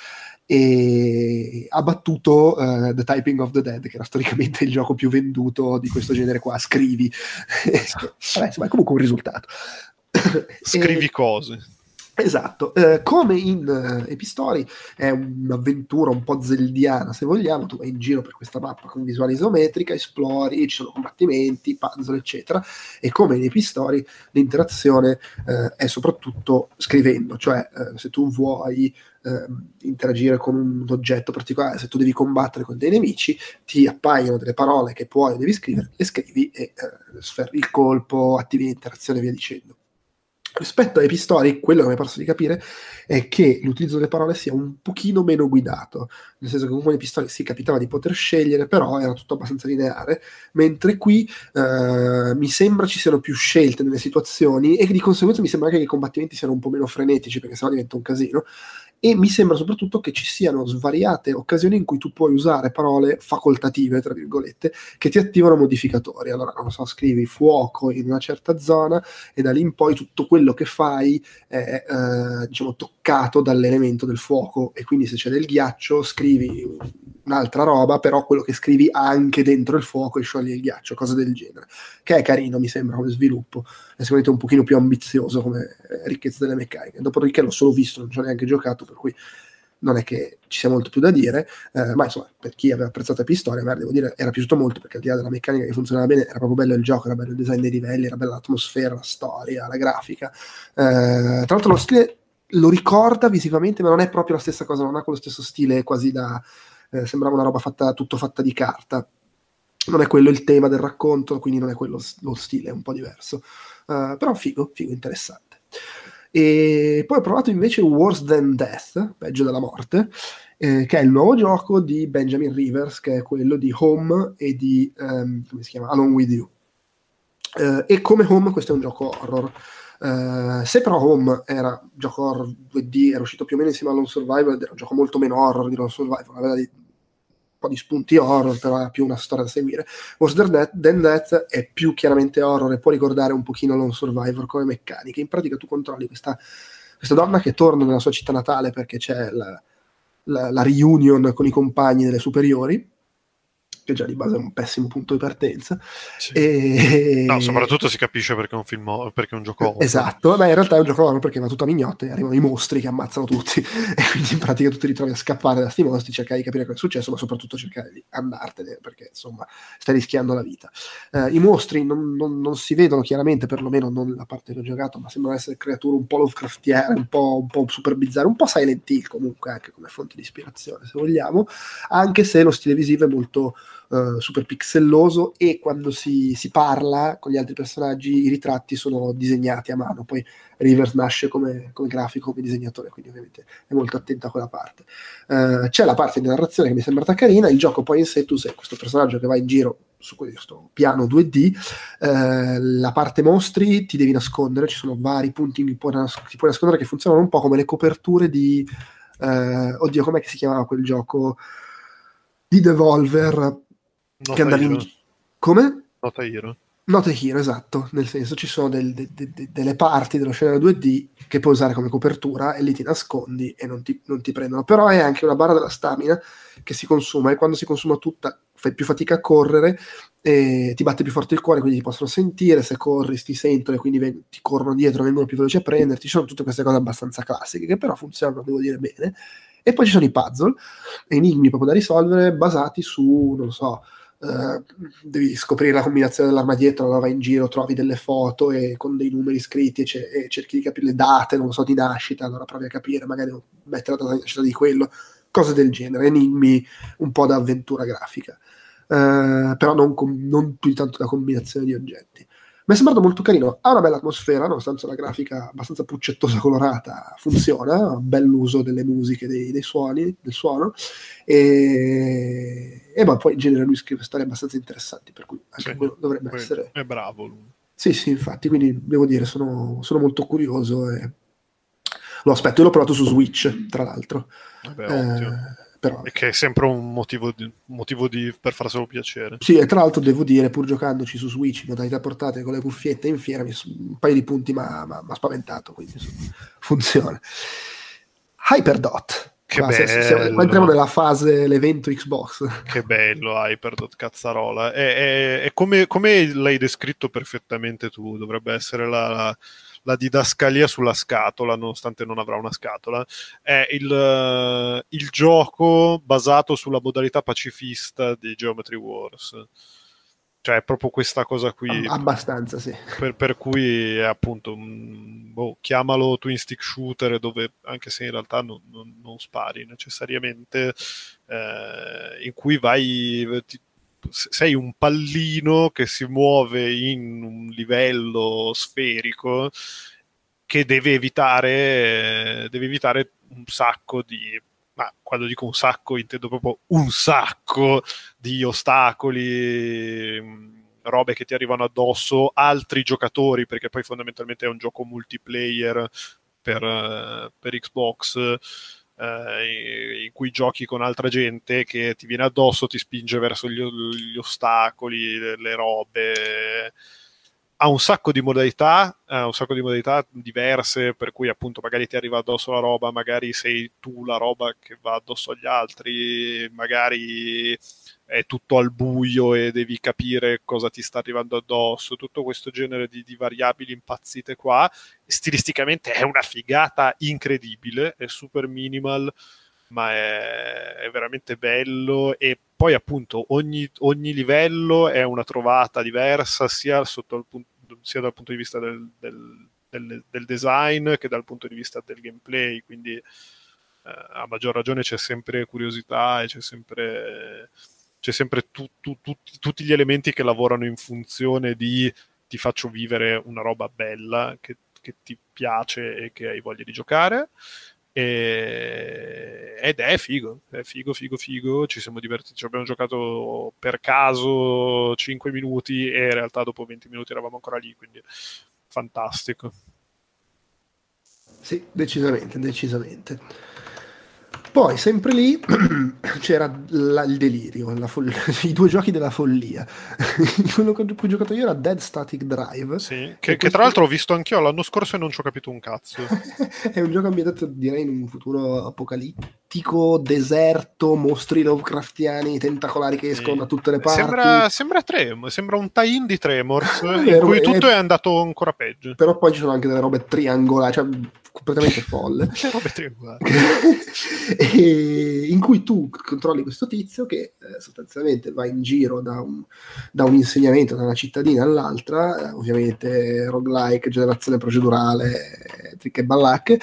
e ha battuto uh, The Typing of the Dead, che era storicamente il gioco più venduto di questo genere qua, scrivi. Vabbè, insomma, è comunque un risultato. Scrivi e, cose. Esatto, eh, come in uh, Epistory è un'avventura un po' zeldiana, se vogliamo. Tu vai in giro per questa mappa con visuale isometrica, esplori, ci sono combattimenti, puzzle, eccetera, e come in Epistory l'interazione eh, è soprattutto scrivendo, cioè eh, se tu vuoi eh, interagire con un oggetto particolare, se tu devi combattere con dei nemici, ti appaiono delle parole che puoi o devi scrivere, le scrivi e eh, sferri il colpo, attivi l'interazione e via dicendo. Rispetto a Epistory, quello che mi è parso di capire è che l'utilizzo delle parole sia un pochino meno guidato, nel senso che comunque in Epistory si capitava di poter scegliere, però era tutto abbastanza lineare, mentre qui eh, mi sembra ci siano più scelte nelle situazioni e di conseguenza mi sembra anche che i combattimenti siano un po' meno frenetici, perché sennò diventa un casino. E mi sembra soprattutto che ci siano svariate occasioni in cui tu puoi usare parole facoltative, tra virgolette, che ti attivano modificatori. Allora, non so, scrivi fuoco in una certa zona e da lì in poi tutto quello che fai è eh, diciamo toccato dall'elemento del fuoco, e quindi se c'è del ghiaccio scrivi un'altra roba, però quello che scrivi anche dentro il fuoco e scioglie il ghiaccio, cose del genere, che è carino, mi sembra, come sviluppo. È sicuramente un pochino più ambizioso come ricchezza delle meccaniche. Dopodiché l'ho solo visto, non ci ho neanche giocato, per cui non è che ci sia molto più da dire, eh, ma insomma, per chi aveva apprezzato Epistory, a me devo dire, era piaciuto molto, perché al di là della meccanica che funzionava bene, era proprio bello il gioco, era bello il design dei livelli, era bella l'atmosfera, la storia, la grafica. Eh, tra l'altro lo stile lo ricorda visivamente, ma non è proprio la stessa cosa, non ha quello stesso stile quasi da... Eh, sembrava una roba fatta, tutto fatta di carta. Non è quello il tema del racconto, quindi non è quello lo stile, è un po' diverso. Uh, però figo, figo, interessante. E poi ho provato invece Worse Than Death, peggio della morte, eh, che è il nuovo gioco di Benjamin Rivers, che è quello di Home e di um, come si chiama? Alone With You. Uh, e come Home questo è un gioco horror. Uh, se però Home era un gioco horror due D, era uscito più o meno insieme a Lone Survivor, era un gioco molto meno horror di Lone Survivor, aveva di un po' di spunti horror, però era più una storia da seguire. Worse Than Death è più chiaramente horror e può ricordare un pochino Lone Survivor come meccaniche. In pratica tu controlli questa, questa donna che torna nella sua città natale perché c'è la, la, la reunion con i compagni delle superiori, che già di base è un pessimo punto di partenza. Sì. E... No, soprattutto si capisce perché è un film, perché è un gioco horror. Esatto, ma in realtà è un gioco horror perché va tutto a mignotte, arrivano i mostri che ammazzano tutti e quindi in pratica tu ti ritrovi a scappare da sti mostri, cercare di capire cosa è successo, ma soprattutto cercare di andartene perché insomma stai rischiando la vita. Uh, I mostri non, non, non si vedono chiaramente, perlomeno non la parte che ho giocato, ma sembrano essere creature un po' Lovecraftiane, un po', un po' super bizzarre, un po' Silent Hill comunque anche come fonte di ispirazione se vogliamo, anche se lo stile visivo è molto Uh, super pixelloso e quando si, si parla con gli altri personaggi i ritratti sono disegnati a mano, poi Rivers nasce come, come grafico, come disegnatore, quindi ovviamente è molto attento a quella parte. Uh, c'è la parte di narrazione che mi è sembrata carina, il gioco poi in sé, tu sei questo personaggio che va in giro su questo piano due D, uh, la parte mostri ti devi nascondere, ci sono vari punti in cui puoi nas- ti puoi nascondere che funzionano un po' come le coperture di uh, oddio, com'è che si chiamava quel gioco di Devolver che andavi in... come? Not a Hero. Not a Hero, esatto, nel senso ci sono del, de, de, de, delle parti dello scenario due D che puoi usare come copertura e lì ti nascondi e non ti, non ti prendono, però è anche una barra della stamina che si consuma e quando si consuma tutta fai più fatica a correre e ti batte più forte il cuore, quindi ti possono sentire, se corri ti sentono e quindi ven- ti corrono dietro, vengono più veloci a prenderti, ci sono tutte queste cose abbastanza classiche che però funzionano, devo dire, bene. E poi ci sono i puzzle, enigmi proprio da risolvere basati su, non lo so, Uh, devi scoprire la combinazione dell'armadietto, allora vai in giro, trovi delle foto e con dei numeri scritti e, c- e cerchi di capire le date, non lo so, di nascita, allora provi a capire, magari mettere la data di nascita di quello, cose del genere, enigmi un po' da avventura grafica, uh, però non, com- non più di tanto da combinazione di oggetti. Mi è sembrato molto carino, ha una bella atmosfera, nonostante la grafica abbastanza puccettosa colorata, funziona, un bell'uso delle musiche, dei, dei suoni, del suono, e, e poi in genere lui scrive storie abbastanza interessanti, per cui anche Sì, quello dovrebbe poi essere... è bravo lui. Sì, sì, infatti, quindi devo dire, sono, sono molto curioso e lo aspetto, io l'ho provato su Switch, tra l'altro. Vabbè, Eh, ottimo. però... E che è sempre un motivo, di, motivo di, per farselo piacere. Sì, e tra l'altro devo dire, pur giocandoci su Switch in modalità portatile con le cuffiette in fiera, mi, un paio di punti mi ha spaventato, quindi insomma, funziona. Hyperdot. Che qua, bello. se, se, qua entriamo nella fase, l'evento Xbox. Che bello Hyperdot, cazzarola. È, è, è come, come l'hai descritto perfettamente tu, dovrebbe essere la... la la didascalia sulla scatola, nonostante non avrà una scatola, è il, il gioco basato sulla modalità pacifista di Geometry Wars. Cioè è proprio questa cosa qui. Abbastanza, sì. Per, per cui è appunto, boh, chiamalo twin stick shooter, dove anche se in realtà non, non, non spari necessariamente, eh, in cui vai... Ti, sei un pallino che si muove in un livello sferico che deve evitare deve evitare un sacco di, ma quando dico un sacco intendo proprio un sacco di ostacoli, robe che ti arrivano addosso, altri giocatori, perché poi fondamentalmente è un gioco multiplayer per, per Xbox, Uh, in cui giochi con altra gente che ti viene addosso, ti spinge verso gli, gli ostacoli, le, le robe. Ha un sacco di modalità, ha un sacco di modalità diverse, per cui appunto magari ti arriva addosso la roba, magari sei tu la roba che va addosso agli altri, magari è tutto al buio e devi capire cosa ti sta arrivando addosso, tutto questo genere di, di variabili impazzite qua. Stilisticamente è una figata incredibile, è super minimal, ma è, è veramente bello, e poi appunto ogni, ogni livello è una trovata diversa, sia, sotto il punto, sia dal punto di vista del, del, del, del design che dal punto di vista del gameplay, quindi eh, a maggior ragione c'è sempre curiosità e c'è sempre... c'è sempre tu, tu, tu, tutti gli elementi che lavorano in funzione di ti faccio vivere una roba bella che, che ti piace e che hai voglia di giocare, e, ed è figo, è figo, figo, figo. Ci siamo divertiti, ci abbiamo giocato per caso cinque minuti e in realtà dopo venti minuti eravamo ancora lì, quindi fantastico. Sì, decisamente, decisamente. Poi sempre lì c'era la- il delirio, la fol- i due giochi della follia. Quello con cui ho giocato io era Dead Static Drive. Sì, e che, che questo tra l'altro ho visto anch'io l'anno scorso e non ci ho capito un cazzo. è un gioco ambientato, direi, in un futuro apocalittico, deserto, mostri Lovecraftiani, tentacolari che escono da Sì. tutte le parti. Sembra, sembra Tremor, sembra un tie-in di Tremors È in vero, cui è- tutto è andato ancora peggio. però poi ci sono anche delle robe triangolari, cioè completamente folle. Le robe triangolari. E in cui tu controlli questo tizio che eh, sostanzialmente va in giro da un, da un insegnamento da una cittadina all'altra, eh, ovviamente roguelike, generazione procedurale, tricche e ballacche,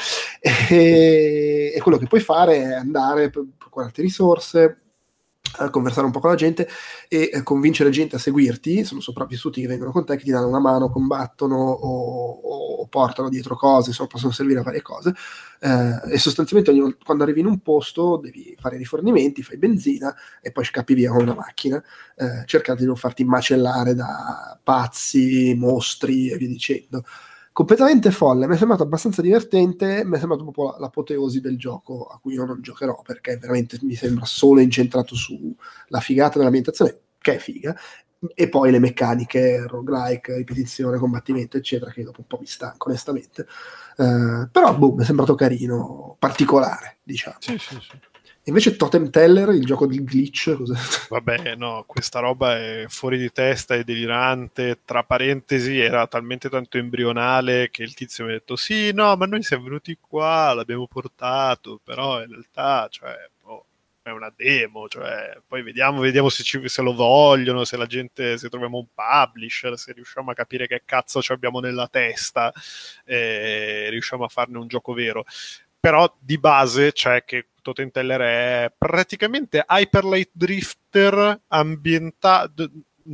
e, e quello che puoi fare è andare per procurarti risorse, a conversare un po' con la gente e eh, convincere gente a seguirti. Sono sopravvissuti che vengono con te, che ti danno una mano, combattono o, o portano dietro cose, insomma possono servire a varie cose, eh, e sostanzialmente ogni, quando arrivi in un posto devi fare i rifornimenti, fai benzina e poi scappi via con una macchina, eh, cercando di non farti macellare da pazzi, mostri e via dicendo. Completamente folle, mi è sembrato abbastanza divertente, mi è sembrato proprio l'apoteosi del gioco a cui io non giocherò perché veramente mi sembra solo incentrato sulla figata dell'ambientazione, che è figa, e poi le meccaniche, roguelike, ripetizione, combattimento, eccetera, che dopo un po' mi stanco, onestamente. Uh, però, boh, mi è sembrato carino, particolare, diciamo. Sì, sì, sì. Invece Totem Teller, il gioco di glitch, cos'è? Vabbè, no, questa roba è fuori di testa, è delirante. Tra parentesi, era talmente tanto embrionale che il tizio mi ha detto: sì, no, ma noi siamo venuti qua, l'abbiamo portato, però in realtà, cioè, oh, è una demo, cioè, poi vediamo, vediamo se, ci, se lo vogliono, se la gente, se troviamo un publisher, se riusciamo a capire che cazzo ci abbiamo nella testa e riusciamo a farne un gioco vero. Però di base c'è che Totem Teller è praticamente Hyper Light Drifter ambientato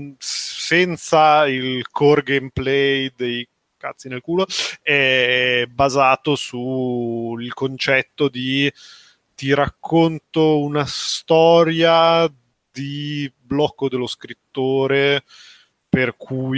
senza il core gameplay dei cazzi nel culo, è basato sul concetto di ti racconto una storia di blocco dello scrittore, per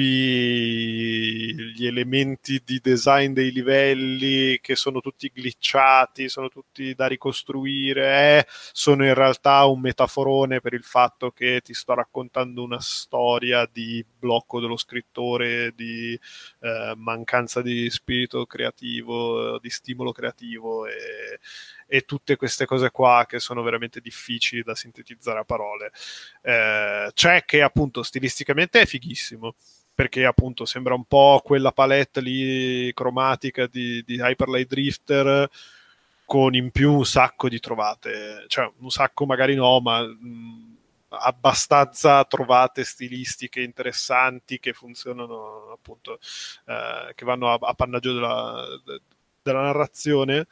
cui gli elementi di design dei livelli che sono tutti glitchati, sono tutti da ricostruire, eh, sono in realtà un metaforone per il fatto che ti sto raccontando una storia di blocco dello scrittore, di eh, mancanza di spirito creativo, di stimolo creativo e, e tutte queste cose qua che sono veramente difficili da sintetizzare a parole. Eh, c'è che appunto stilisticamente è fighissimo, perché appunto sembra un po' quella palette lì cromatica di, di Hyper Light Drifter, con in più un sacco di trovate, cioè un sacco magari no, ma mh, abbastanza trovate stilistiche interessanti che funzionano appunto, eh, che vanno a, a pannaggio della, della narrazione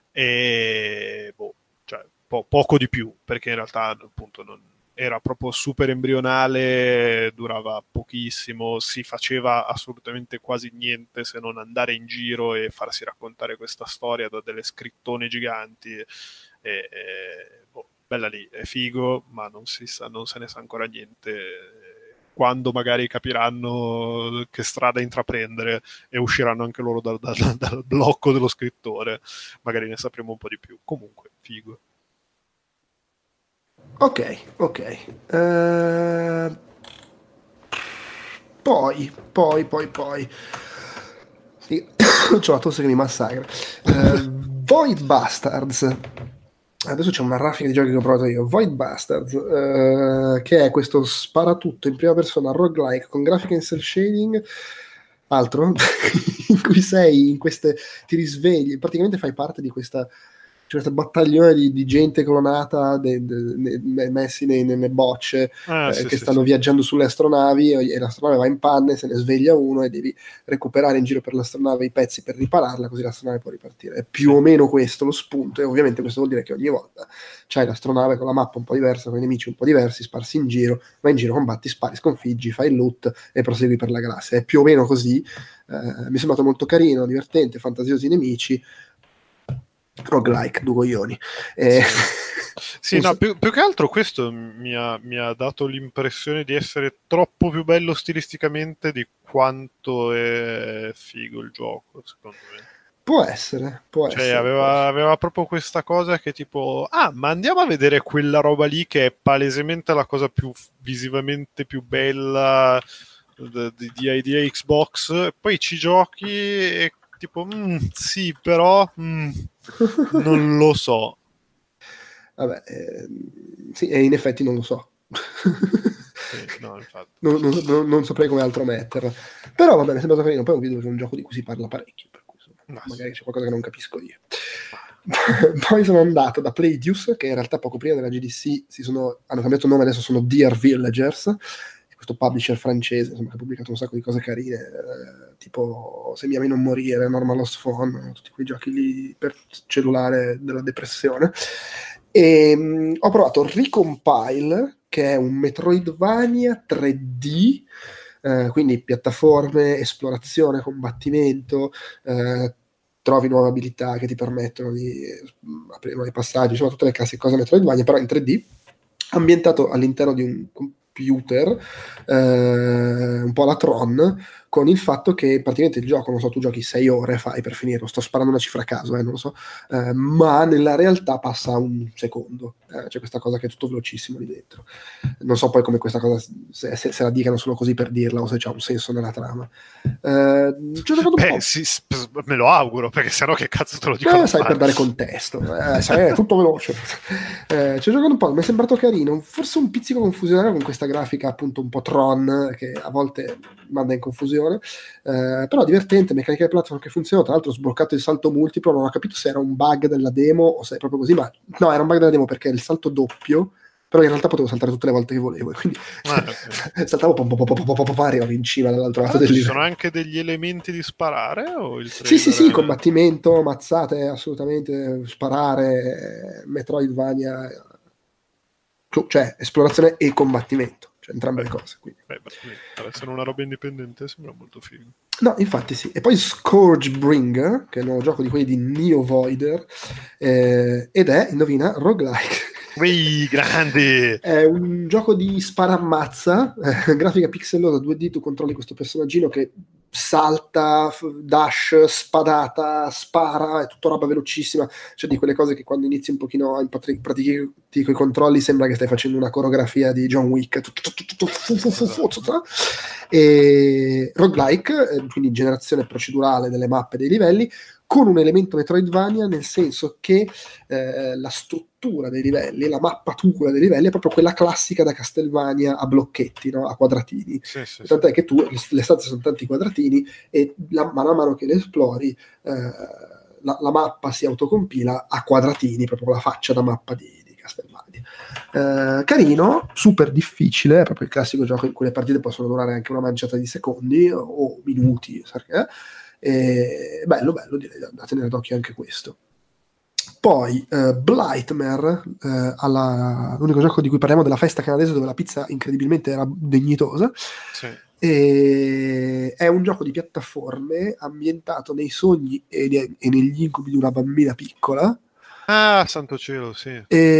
e boh, cioè, po- poco di più, perché in realtà appunto non era proprio super embrionale, durava pochissimo, si faceva assolutamente quasi niente se non andare in giro e farsi raccontare questa storia da delle scrittone giganti e, e boh, bella lì, è figo, ma non, si sa, non se ne sa ancora niente. Quando magari capiranno che strada intraprendere e usciranno anche loro dal, dal, dal blocco dello scrittore, magari ne sapremo un po' di più. Comunque, figo. Ok, ok. Uh, poi, poi, poi, poi. Sì. C'ho la tosse che mi massacra. Uh, Void Bastards. Adesso c'è una raffica di giochi che ho provato io. Void Bastards, uh, che è questo sparatutto in prima persona roguelike con grafica in cel shading, altro, in cui sei in queste, ti risvegli, praticamente fai parte di questa c'è questo battaglione di, di gente clonata de, de, de, messi nei, nelle bocce, ah, eh, sì, che sì, stanno sì. viaggiando sulle astronavi e, e l'astronave va in panne, se ne sveglia uno e devi recuperare in giro per l'astronave i pezzi per ripararla, così l'astronave può ripartire. È più sì. o meno questo lo spunto, e ovviamente questo vuol dire che ogni volta c'hai l'astronave con la mappa un po' diversa, con i nemici un po' diversi, sparsi in giro, vai in giro, combatti, spari, sconfiggi, fai il loot e prosegui per la galassia. È più o meno così. Eh, mi è sembrato molto carino, divertente, fantasiosi nemici, roguelike, due coglioni. Eh, sì, sì no, più, più che altro questo mi ha, mi ha dato l'impressione di essere troppo più bello stilisticamente di quanto è figo il gioco, secondo me. Può essere, può Cioè, essere. aveva, aveva proprio questa cosa che tipo, ah, ma andiamo a vedere quella roba lì che è palesemente la cosa più visivamente più bella di, di, di idea Xbox, poi ci giochi e tipo, mm, sì, però mm, non lo so. Vabbè, eh, sì, e in effetti non lo so. Sì, no, infatti. non, non, non, non saprei come altro metterla. Però va bene, è sembrato carino. Poi è un video che è un gioco di cui si parla parecchio, per cui insomma, No, magari sì. c'è qualcosa che non capisco io. Poi sono andato da Playdius, che in realtà poco prima della G D C si sono, hanno cambiato nome, adesso sono Dear Villagers, questo publisher francese, insomma, che ha pubblicato un sacco di cose carine, eh, tipo Se mi ami non morire, Normal Lost Phone, tutti quei giochi lì per cellulare della depressione. E mh, ho provato Recompile, che è un Metroidvania tre D, eh, quindi piattaforme, esplorazione, combattimento, eh, trovi nuove abilità che ti permettono di mh, aprire nuovi passaggi, insomma tutte le classiche cose Metroidvania, però in tre D, ambientato all'interno di un computer, eh, un po' alla Tron, con il fatto che praticamente il gioco, non so, tu giochi sei ore, fai per finirlo, sto sparando una cifra a caso, eh, non lo so, eh, ma nella realtà passa un secondo, eh, c'è questa cosa che è tutto velocissimo lì dentro. Non so poi come questa cosa, se, se, se la dicano solo così per dirla o se c'ha un senso nella trama. Eh, ci ho giocato un Beh, po'. sì, me lo auguro, perché sennò che cazzo te lo dico? Eh, sai, per dare contesto, eh, sai, è tutto veloce. Eh, ci ho giocato un po', mi è sembrato carino, forse un pizzico confusionario con questa grafica appunto un po' Tron che a volte manda in confusione, eh, però divertente, meccanica di platform che funziona. Tra l'altro ho sbloccato il salto multiplo, non ho capito se era un bug della demo o se è proprio così, ma no, era un bug della demo perché il salto doppio, però in realtà potevo saltare tutte le volte che volevo, quindi ah, okay. saltavo pom pom pom pom pom, arrivavo in cima dall'altro lato del Ci livello. sono anche degli elementi di sparare o il Sì, sì, sì, trailer è- combattimento, mazzate, assolutamente, sparare, Metroidvania, cioè esplorazione e combattimento, cioè entrambe Beh, le cose. Quindi. beh, per essere una roba indipendente sembra molto figo. No, infatti sì. E poi Scourgebringer, che è il nuovo gioco di quelli di Neo Voider, eh, ed è, indovina, roguelike. Ui, grandi! È un gioco di sparammazza, eh, grafica pixelosa due D, tu controlli questo personaggino che salta, dash, spadata, spara, è tutta roba velocissima, cioè di quelle cose che quando inizi un pochino a impatri- pratichi con i controlli sembra che stai facendo una coreografia di John Wick, e roguelike, quindi generazione procedurale delle mappe e dei livelli, con un elemento Metroidvania, nel senso che eh, la struttura dei livelli, la mappatura dei livelli è proprio quella classica da Castlevania a blocchetti, no? A quadratini. Sì, sì, Tant'è sì. che tu, le stanze sono tanti quadratini e la, mano a mano che le esplori eh, la, la mappa si autocompila a quadratini, proprio con la faccia da mappa di, di Castlevania. Eh, carino, super difficile, è proprio il classico gioco in cui le partite possono durare anche una manciata di secondi o minuti, perché e bello bello, direi da tenere d'occhio anche questo. Poi eh, Blightmare, eh, alla, l'unico gioco di cui parliamo della festa canadese dove la pizza incredibilmente era dignitosa, Sì. e è un gioco di piattaforme ambientato nei sogni e, e negli incubi di una bambina piccola. Ah, santo cielo, sì.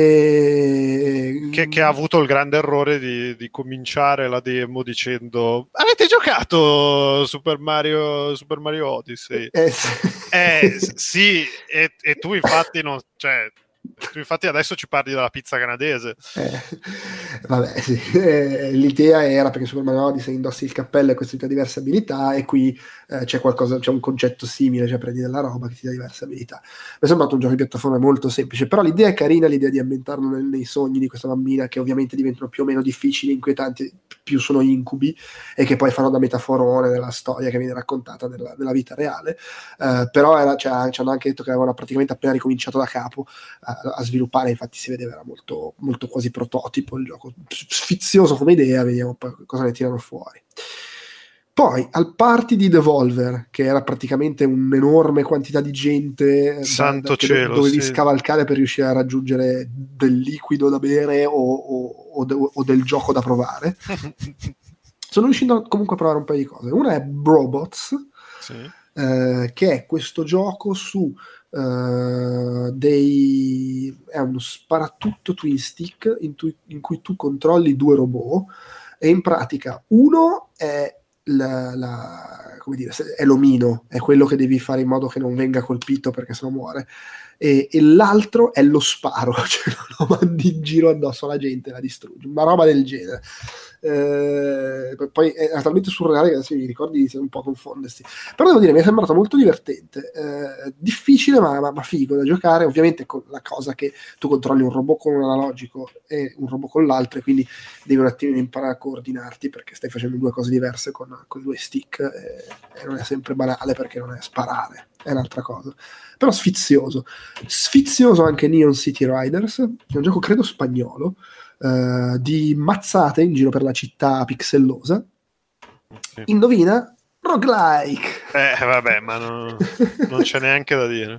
E... Che, che ha avuto il grande errore di, di cominciare la demo dicendo: avete giocato Super Mario, Super Mario Odyssey? Eh, sì. Eh, sì, e, e tu infatti non, cioè, tu infatti adesso ci parli della pizza canadese. Eh, vabbè, sì. Eh, l'idea era perché Super Mario Odyssey indossi il cappello e questo ti dà diverse abilità, e qui eh, c'è qualcosa, c'è un concetto simile, cioè prendi della roba che ti dà diverse abilità. Mi è sembrato un gioco di piattaforma molto semplice, però l'idea è carina, l'idea di ambientarlo nel, nei sogni di questa bambina, che ovviamente diventano più o meno difficili, inquietanti, più sono incubi, e che poi fanno da metaforone della storia che viene raccontata nella, nella vita reale. Uh, però era, cioè, ci hanno anche detto che avevano praticamente appena ricominciato da capo uh, a sviluppare, infatti si vedeva era molto, molto quasi prototipo il gioco, sfizioso come idea, vediamo poi cosa ne tirano fuori. Poi al party di Devolver, che era praticamente un'enorme quantità di gente Santo da, da, che cielo, dovevi sì. scavalcare per riuscire a raggiungere del liquido da bere o, o, o, de, o del gioco da provare. Sono riuscito comunque a provare un paio di cose. Una è Brobots, sì. eh, che è questo gioco su Uh, dei è uno sparatutto twin stick in, tu, in cui tu controlli due robot, e in pratica uno è la, la, come dire, è l'omino, è quello che devi fare in modo che non venga colpito perché sennò muore, e, e l'altro è lo sparo, cioè lo mandi in giro addosso alla gente, la distruggi, una roba del genere. Eh, poi è talmente surreale che adesso i ricordi iniziano un po' a confondersi, però devo dire mi è sembrato molto divertente, eh, difficile ma, ma, ma figo da giocare, ovviamente con la cosa che tu controlli un robot con un analogico e un robot con l'altro, e quindi devi un attimino imparare a coordinarti perché stai facendo due cose diverse con, con due stick, e, e non è sempre banale perché non è sparare, è un'altra cosa, però sfizioso sfizioso anche Neon City Riders, che è un gioco credo spagnolo, Uh, di mazzate in giro per la città pixellosa. Sì. Indovina? Roguelike. Eh vabbè, ma no, non c'è neanche da dire.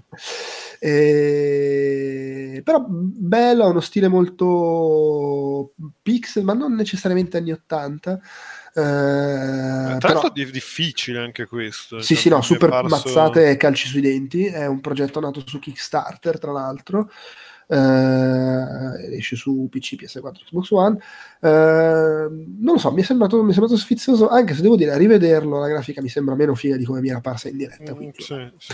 E... però bello, ha uno stile molto pixel, ma non necessariamente anni ottanta. Uh, tra però... l'altro è difficile anche questo. Sì, cioè, sì, no, super parso... mazzate e calci sui denti. È un progetto nato su Kickstarter, tra l'altro. Uh, esce su P C, P S quattro, Xbox One. Uh, non lo so, mi è sembrato, mi è sembrato sfizioso, anche se devo dire, a rivederlo la grafica mi sembra meno figa di come mi era parsa in diretta. Mm, sì, sì.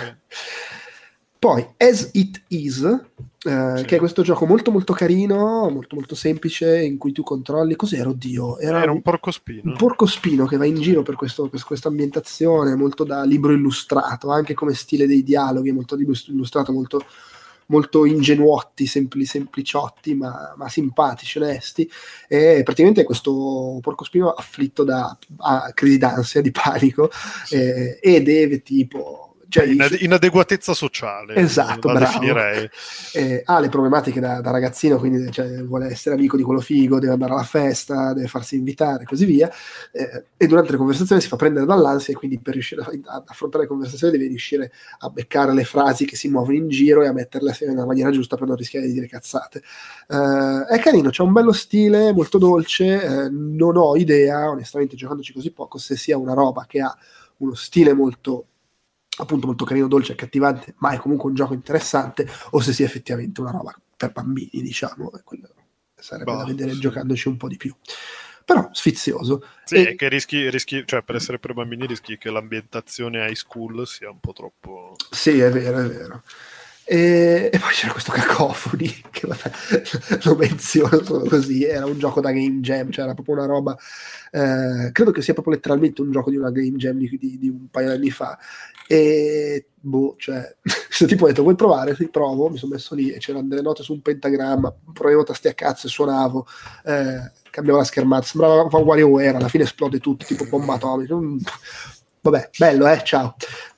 Poi As It Is, uh, sì. che è questo gioco molto molto carino, molto molto semplice, in cui tu controlli, cos'era, oddio? Era, era un, un porcospino. Un porcospino che va in giro per, questo, per questa ambientazione, molto da libro illustrato, anche come stile dei dialoghi, molto illustrato, molto molto ingenuotti, sempli, sempliciotti, ma, ma simpatici, onesti, e praticamente questo porcospino afflitto da a, crisi d'ansia, di panico, sì. eh, e deve tipo... Cioè, Inade- inadeguatezza sociale, esatto, la bravo. definirei. Eh, ha le problematiche da, da ragazzino, quindi cioè, vuole essere amico di quello figo, deve andare alla festa, deve farsi invitare e così via, eh, e durante le conversazioni si fa prendere dall'ansia, e quindi per riuscire a, ad affrontare le conversazioni deve riuscire a beccare le frasi che si muovono in giro e a metterle nella maniera giusta per non rischiare di dire cazzate. Eh, è carino, c'è un bello stile, molto dolce, eh, non ho idea, onestamente giocandoci così poco, se sia una roba che ha uno stile molto appunto molto carino, dolce, accattivante, ma è comunque un gioco interessante, o se sia effettivamente una roba per bambini, diciamo, e quello sarebbe bah, da vedere sì. giocandoci un po' di più. Però sfizioso. Sì, e... è che rischi, rischi, cioè per essere per bambini rischi che l'ambientazione high school sia un po' troppo... Sì, è vero, è vero. E, e poi c'era questo Cacofoni, che vabbè, lo menziono solo così, era un gioco da Game Jam, cioè era proprio una roba, eh, credo che sia proprio letteralmente un gioco di una Game Jam di, di, di un paio di anni fa, e boh, cioè questo tipo ha detto vuoi provare? Sì, provo, mi sono messo lì e c'erano delle note su un pentagramma, provevo tasti a cazzo e suonavo, eh, cambiavo la schermata, sembrava un WarioWare, alla fine esplode tutto, tipo bomba atomica. Vabbè, bello, eh, ciao.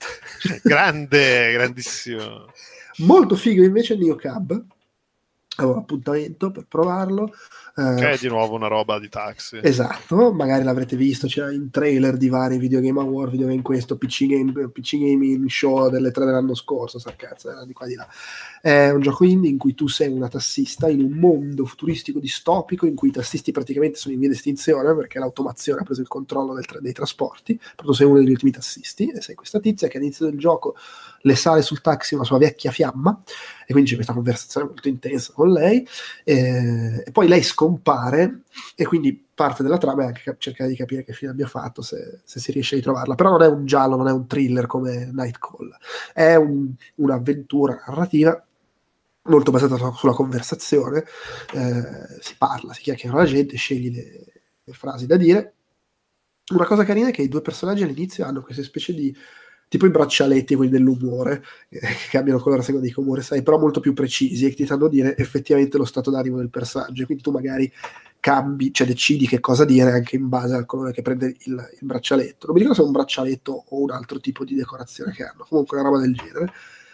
Grande, grandissimo. Molto figo invece Neo Cab, avevo appuntamento per provarlo, che è di nuovo una roba di taxi, esatto, magari l'avrete visto, c'era in trailer di vari Video Game Award, Video Game questo, P C Game, P C Gaming Show delle tre dell'anno scorso, sa cazzo, era di qua di là. È un gioco indie in cui tu sei una tassista in un mondo futuristico distopico in cui i tassisti praticamente sono in via di estinzione perché l'automazione ha preso il controllo del tra- dei trasporti, però tu sei uno degli ultimi tassisti e sei questa tizia che all'inizio del gioco le sale sul taxi una sua vecchia fiamma e quindi c'è questa conversazione molto intensa con lei, e, e poi lei scompare e quindi parte della trama è anche cap- cercare di capire che fine abbia fatto, se, se si riesce a ritrovarla, però non è un giallo, non è un thriller come Nightcall, è un, un'avventura narrativa molto basata sulla conversazione, eh, si parla, si chiacchiera con la gente, scegli le, le frasi da dire. Una cosa carina è che i due personaggi all'inizio hanno queste specie di tipo i braccialetti, quelli dell'umore, eh, che cambiano colore a seconda di che umore sei, però molto più precisi e che ti fanno dire effettivamente lo stato d'animo del personaggio, quindi tu magari cambi, cioè decidi che cosa dire anche in base al colore che prende il, il braccialetto. Non mi ricordo se è un braccialetto o un altro tipo di decorazione che hanno, comunque una roba del genere.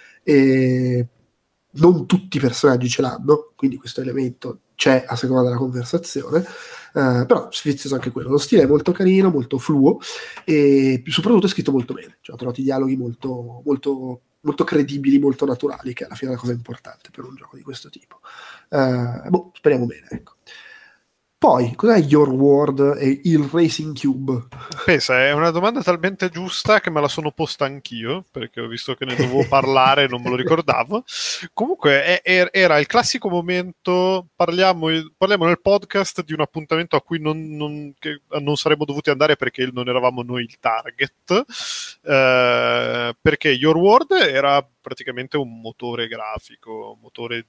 E non tutti i personaggi ce l'hanno, quindi questo elemento c'è a seconda della conversazione, uh, però sfizioso anche quello. Lo stile è molto carino, molto fluo e soprattutto è scritto molto bene, cioè ho trovato i dialoghi molto, molto, molto credibili, molto naturali, che alla fine è una cosa importante per un gioco di questo tipo. Uh, boh, speriamo bene, ecco. Poi, cos'è Your World e il Racing Cube? Pensa, è una domanda talmente giusta che me la sono posta anch'io, perché ho visto che ne dovevo parlare e non me lo ricordavo. Comunque è, è, era il classico momento, parliamo, parliamo nel podcast di un appuntamento a cui non, non, che non saremmo dovuti andare perché non eravamo noi il target, eh, perché Your World era praticamente un motore grafico, un motore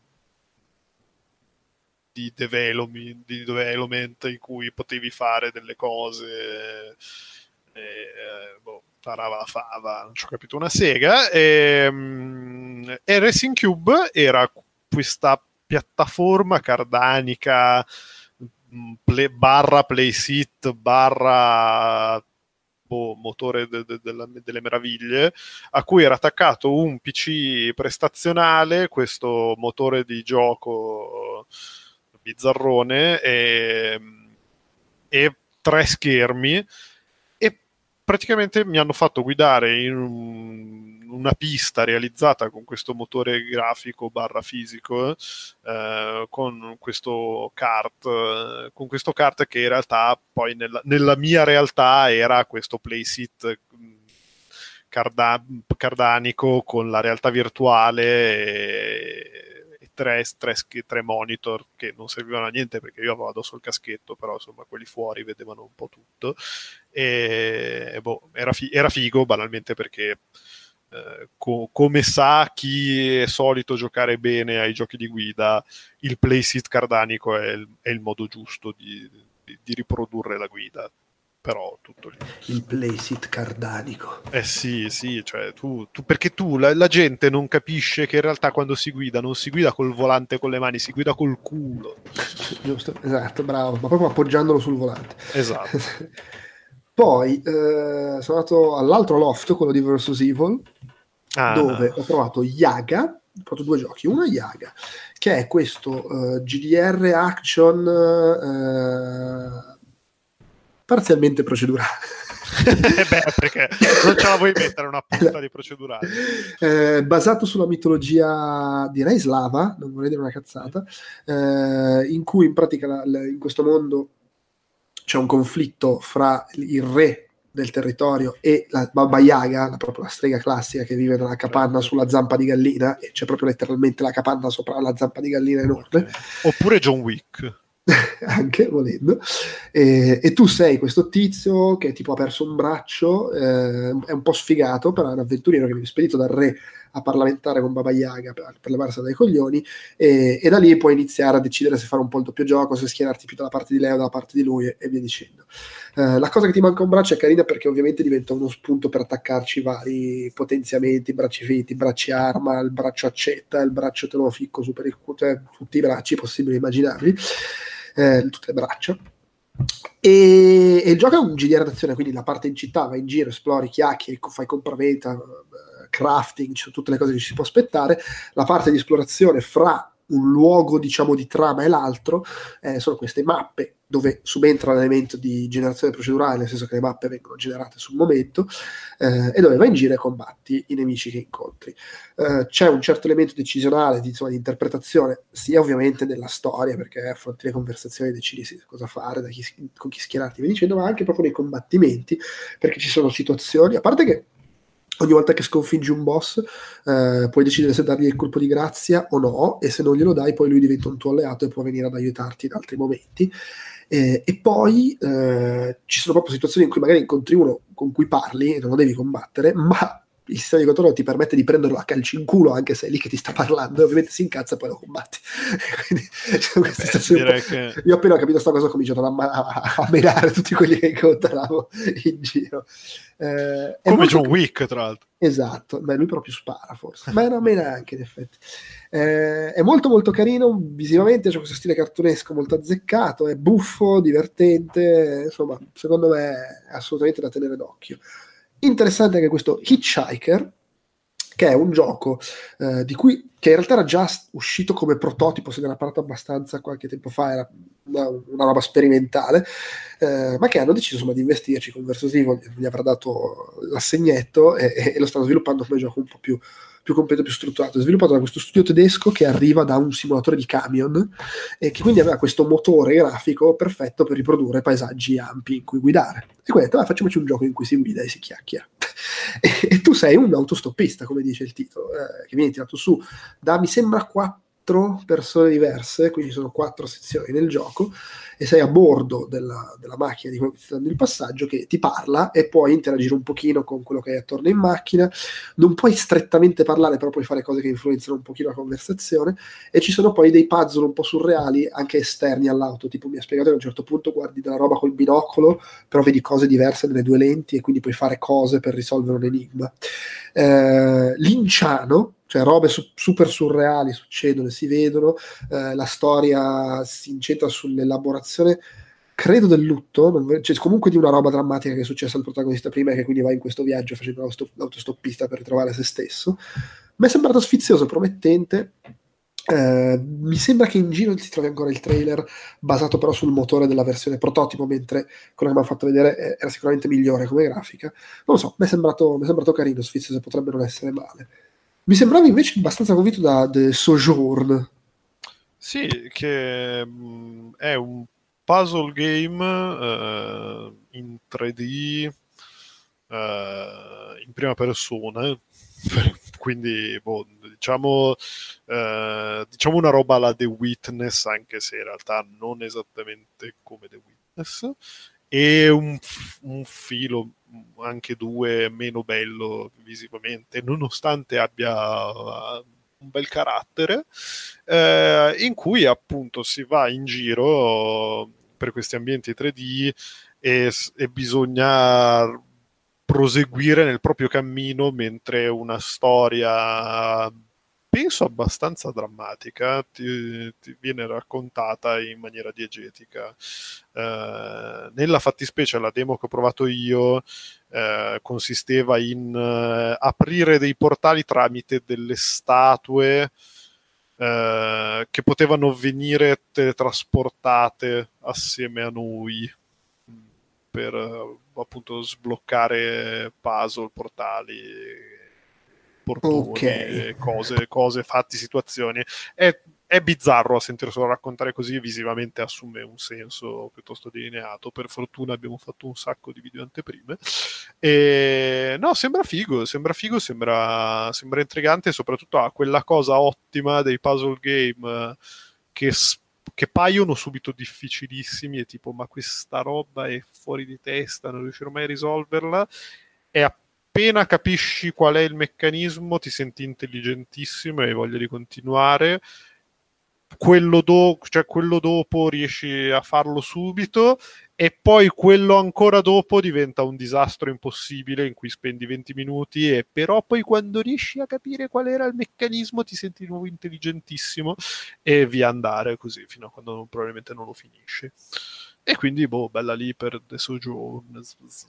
di development, di development in cui potevi fare delle cose e, eh, boh, parava la fava, non ci ho capito una sega. E, um, e Racing Cube era questa piattaforma cardanica play, barra playset barra boh, motore de, de, de, delle meraviglie, a cui era attaccato un P C prestazionale, questo motore di gioco bizzarrone e, e tre schermi, e praticamente mi hanno fatto guidare in un, una pista realizzata con questo motore grafico barra fisico, eh, con questo kart eh, con questo kart che in realtà poi nella, nella mia realtà era questo playset carda, cardanico con la realtà virtuale e, Tre, tre, tre monitor che non servivano a niente perché io avevo addosso il caschetto, però insomma quelli fuori vedevano un po' tutto e, e boh, era, fi- era figo banalmente perché eh, co- come sa chi è solito giocare bene ai giochi di guida, il playset cardanico è il, è il modo giusto di, di, di riprodurre la guida, però tutto lì. Il playset cardanico. Eh sì, sì, cioè tu, tu perché tu, la, la gente non capisce che in realtà quando si guida non si guida col volante con le mani, si guida col culo. Giusto, esatto, bravo, ma proprio appoggiandolo sul volante. Esatto. Poi eh, sono andato all'altro loft, quello di Versus Evil, ah. dove ho provato Yaga, ho provato due giochi, uno è Yaga, che è questo uh, G D R action uh, parzialmente procedurale. Beh, perché non ce la vuoi mettere una punta di procedurale. Eh, basato sulla mitologia, direi slava, non vorrei dire una cazzata, eh, in cui in pratica la, la, in questo mondo c'è un conflitto fra il re del territorio e la Baba Yaga, la, proprio la strega classica che vive nella capanna certo. sulla zampa di gallina, e c'è proprio letteralmente la capanna sopra la zampa di gallina enorme. Okay. Oppure John Wick. Anche volendo, e, e tu sei questo tizio che tipo ha perso un braccio, eh, è un po' sfigato, però è un avventuriero che viene spedito dal re a parlamentare con Baba Yaga per, per levarsela dai coglioni, e, e da lì puoi iniziare a decidere se fare un po' il doppio gioco, se schierarti più dalla parte di lei o dalla parte di lui, e, e via dicendo. Eh, la cosa che ti manca un braccio è carina perché ovviamente diventa uno spunto per attaccarci vari potenziamenti, bracci finti, bracci arma, il braccio accetta, il braccio te lo ficco su per il, cioè, tutti i bracci possibili e immaginabili. Eh, tutte le braccia, e, e il gioco è un G D R d'azione, quindi la parte in città, vai in giro, esplori, chiacchieri, fai compraventa, crafting, cioè tutte le cose che ci si può aspettare. La parte di esplorazione fra un luogo diciamo di trama e l'altro eh, sono queste mappe dove subentra l'elemento di generazione procedurale, nel senso che le mappe vengono generate sul momento, eh, e dove vai in giro e combatti i nemici che incontri. Eh, c'è un certo elemento decisionale, di, insomma, di interpretazione, sia ovviamente nella storia, perché affronti le conversazioni, decidi cosa fare, da chi, con chi schierarti, via dicendo, ma anche proprio nei combattimenti, perché ci sono situazioni, a parte che ogni volta che sconfiggi un boss eh, puoi decidere se dargli il colpo di grazia o no, e se non glielo dai poi lui diventa un tuo alleato e può venire ad aiutarti in altri momenti. Eh, e poi eh, ci sono proprio situazioni in cui magari incontri uno con cui parli e non lo devi combattere, ma il sistema di controllo ti permette di prenderlo a calci in culo anche se è lì che ti sta parlando, e ovviamente si incazza e poi lo combatti. Quindi, Beh, che... io appena ho capito questa cosa ho cominciato a, a, a menare tutti quelli che incontravo in giro. Eh, come John Wick, tra l'altro. Esatto, beh, lui proprio spara forse, ma non mena anche in effetti. Eh, è molto molto carino visivamente, c'è questo stile cartunesco molto azzeccato, è buffo, divertente, insomma secondo me è assolutamente da tenere d'occhio. Interessante anche questo Hitchhiker, che è un gioco eh, di cui che in realtà era già uscito come prototipo, se ne era parlato abbastanza qualche tempo fa, era una, una roba sperimentale, eh, ma che hanno deciso insomma di investirci con Versus Evil, gli avrà dato l'assegnetto e, e lo stanno sviluppando come gioco un po' più, più più completo, più strutturato. È sviluppato da questo studio tedesco che arriva da un simulatore di camion e che quindi aveva questo motore grafico perfetto per riprodurre paesaggi ampi in cui guidare. E quindi ha detto, ah, facciamoci un gioco in cui si guida e si chiacchiera. e, e tu sei un autostoppista, come dice il titolo, eh, che viene tirato su da, mi sembra, quattro persone diverse, quindi sono quattro sezioni nel gioco, e sei a bordo della, della macchina di quello che ti sta dando il passaggio, che ti parla e puoi interagire un pochino con quello che hai attorno in macchina. Non puoi strettamente parlare, però puoi fare cose che influenzano un pochino la conversazione, e ci sono poi dei puzzle un po' surreali anche esterni all'auto, tipo mi ha spiegato che a un certo punto guardi della roba col binocolo, però vedi cose diverse nelle due lenti e quindi puoi fare cose per risolvere un enigma. Eh, Linciano, cioè robe su- super surreali succedono e si vedono. Eh, la storia si incentra sull'elaborazione, credo, del lutto, non, cioè comunque di una roba drammatica che è successa al protagonista prima e che quindi va in questo viaggio facendo l'autostoppista per ritrovare se stesso. Mi è sembrato sfizioso, promettente. Eh, mi sembra che in giro si trovi ancora il trailer basato però sul motore della versione prototipo, mentre quello che mi ha fatto vedere era sicuramente migliore come grafica. Non lo so, mi è sembrato, mi è sembrato carino, sfizioso, potrebbe non essere male. Mi sembrava invece abbastanza convinto da The Sojourn. Sì, che mh, è un puzzle game uh, in tre D uh, in prima persona, quindi boh, diciamo, uh, diciamo una roba alla The Witness, anche se in realtà non esattamente come The Witness, e un, un filo, anche due, meno bello visivamente, nonostante abbia uh, un bel carattere, eh, in cui appunto si va in giro per questi ambienti tre D e, e bisogna proseguire nel proprio cammino mentre una storia, penso abbastanza drammatica, ti, ti viene raccontata in maniera diegetica. Eh, nella fattispecie la demo che ho provato io eh, consisteva in eh, aprire dei portali tramite delle statue eh, che potevano venire teletrasportate assieme a noi per eh, appunto sbloccare puzzle, portali, portoni, Ok. cose, cose, fatti, situazioni. È, è bizzarro a sentirselo raccontare così, visivamente assume un senso piuttosto delineato. Per fortuna abbiamo fatto un sacco di video anteprime. E no, sembra figo, sembra figo, sembra, sembra intrigante, e soprattutto ha quella cosa ottima dei puzzle game che che paiono subito difficilissimi e tipo, ma questa roba è fuori di testa, non riuscirò mai a risolverla, e appena capisci qual è il meccanismo ti senti intelligentissimo e hai voglia di continuare. Quello, do- cioè quello dopo riesci a farlo subito, e poi quello ancora dopo diventa un disastro impossibile in cui spendi venti minuti, e però poi quando riesci a capire qual era il meccanismo ti senti di nuovo intelligentissimo e via andare così fino a quando non, probabilmente non lo finisci. E quindi boh, bella lì per The Sojourn.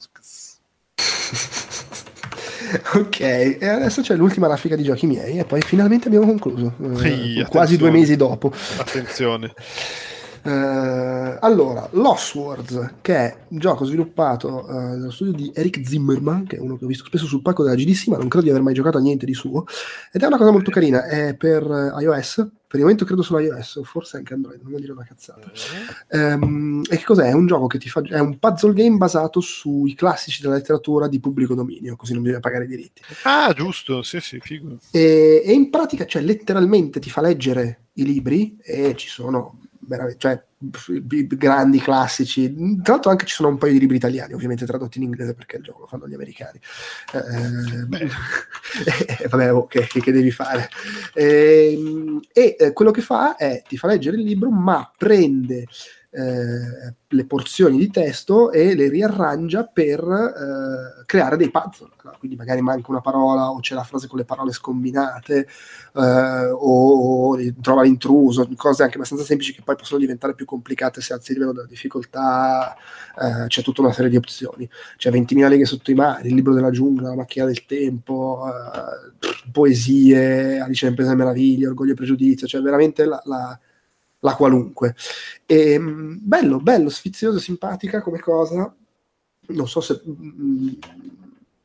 Ok, e adesso c'è l'ultima raffica di giochi miei e poi finalmente abbiamo concluso, Ehi, eh, quasi due mesi dopo. Attenzione. Eh, allora, Lost Words, che è un gioco sviluppato eh, nello studio di Eric Zimmerman, che è uno che ho visto spesso sul palco della G D C, ma non credo di aver mai giocato a niente di suo, ed è una cosa molto carina. È per eh, iOS, per il momento credo solo iOS, o forse anche Android, non vuol dire una cazzata. Um, e che cos'è? È un gioco che ti fa, è un puzzle game basato sui classici della letteratura di pubblico dominio, così non bisogna pagare i diritti. Ah, giusto, sì, sì, figo. E, e in pratica, cioè, letteralmente ti fa leggere i libri, e ci sono veramente, cioè, grandi classici. Tra l'altro anche ci sono un paio di libri italiani, ovviamente tradotti in inglese perché il gioco lo fanno gli americani. Eh, eh, vabbè, oh, che, che devi fare? Eh, e eh, quello che fa è ti fa leggere il libro, ma prende eh, le porzioni di testo e le riarrangia per eh, creare dei puzzle. No? Quindi magari manca una parola o c'è la frase con le parole scombinate, eh, o, o trova l'intruso, cose anche abbastanza semplici che poi possono diventare più complicate se alzi il livello della difficoltà. Eh, c'è tutta una serie di opzioni, c'è ventimila leghe sotto i mari, il libro della giungla, la macchina del tempo, eh, poesie, Alice nel Paese delle Meraviglie, Orgoglio e Pregiudizio, cioè veramente la, la, la qualunque. E, bello, bello, sfizioso, simpatica come cosa. Non so se mh,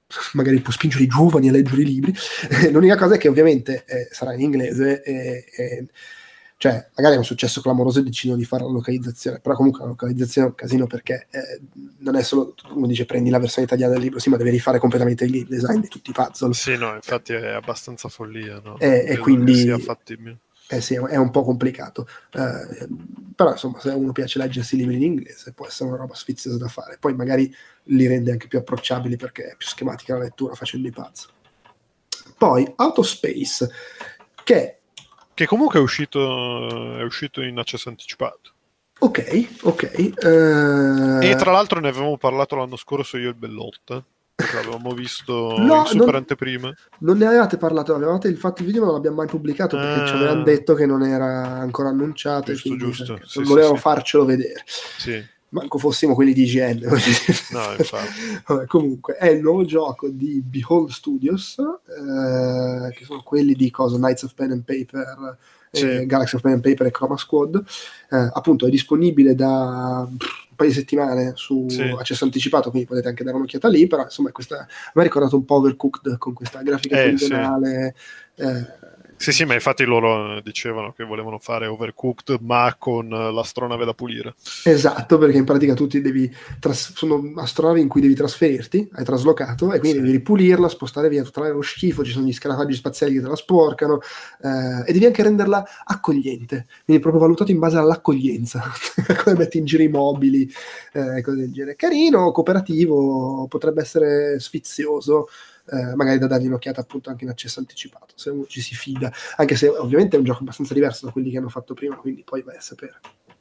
magari può spingere i giovani a leggere i libri. L'unica cosa è che ovviamente eh, sarà in inglese e, e cioè magari è un successo clamoroso e decidono di fare la localizzazione, però comunque la localizzazione è un casino perché eh, non è solo, uno dice prendi la versione italiana del libro, sì, ma devi rifare completamente il game design di tutti i puzzle. Sì, no, infatti è abbastanza follia, no? E, e quindi sia fattibile. Eh sì, è un po' complicato, eh, però insomma se a uno piace leggersi i libri in inglese può essere una roba sfiziosa da fare, poi magari li rende anche più approcciabili perché è più schematica la lettura facendo i puzzle. Poi Out of Space, che che comunque è uscito è uscito in accesso anticipato. Ok, ok. Eh... E tra l'altro ne avevamo parlato l'anno scorso io e il Bellotta, perché l'avevamo visto no, in super non, anteprima. Non ne avevate parlato, avevate fatto il video ma non l'abbiamo mai pubblicato perché ah. ci avevano detto che non era ancora annunciato, giusto, quindi giusto. Sì, non volevano sì, farcelo vedere. Sì. Manco fossimo quelli di I G N. No, infatti. Vabbè, comunque è il nuovo gioco di Behold Studios, eh, che sono quelli di cosa Knights of Pen and Paper, sì. eh, Galaxy of Pen and Paper e Chroma Squad. Eh, appunto è disponibile da un paio di settimane su sì. accesso anticipato, quindi potete anche dare un'occhiata lì, però insomma questa mi ha ricordato un po' Overcooked con questa grafica eh, poligonale. Sì. Eh, Sì, sì, ma infatti loro dicevano che volevano fare Overcooked, ma con l'astronave da pulire. Esatto, perché in pratica tu ti devi tras- sono astronavi in cui devi trasferirti, hai traslocato, e quindi sì. devi ripulirla, spostare via tutto lo schifo, ci sono gli scarafaggi spaziali che te la sporcano, eh, e devi anche renderla accogliente, quindi proprio valutato in base all'accoglienza, come metti in giro i mobili, eh, cose del genere. Carino, cooperativo, potrebbe essere sfizioso. Eh, magari da dargli un'occhiata appunto anche in accesso anticipato se uno ci si fida, anche se ovviamente è un gioco abbastanza diverso da quelli che hanno fatto prima, quindi poi vai a sapere.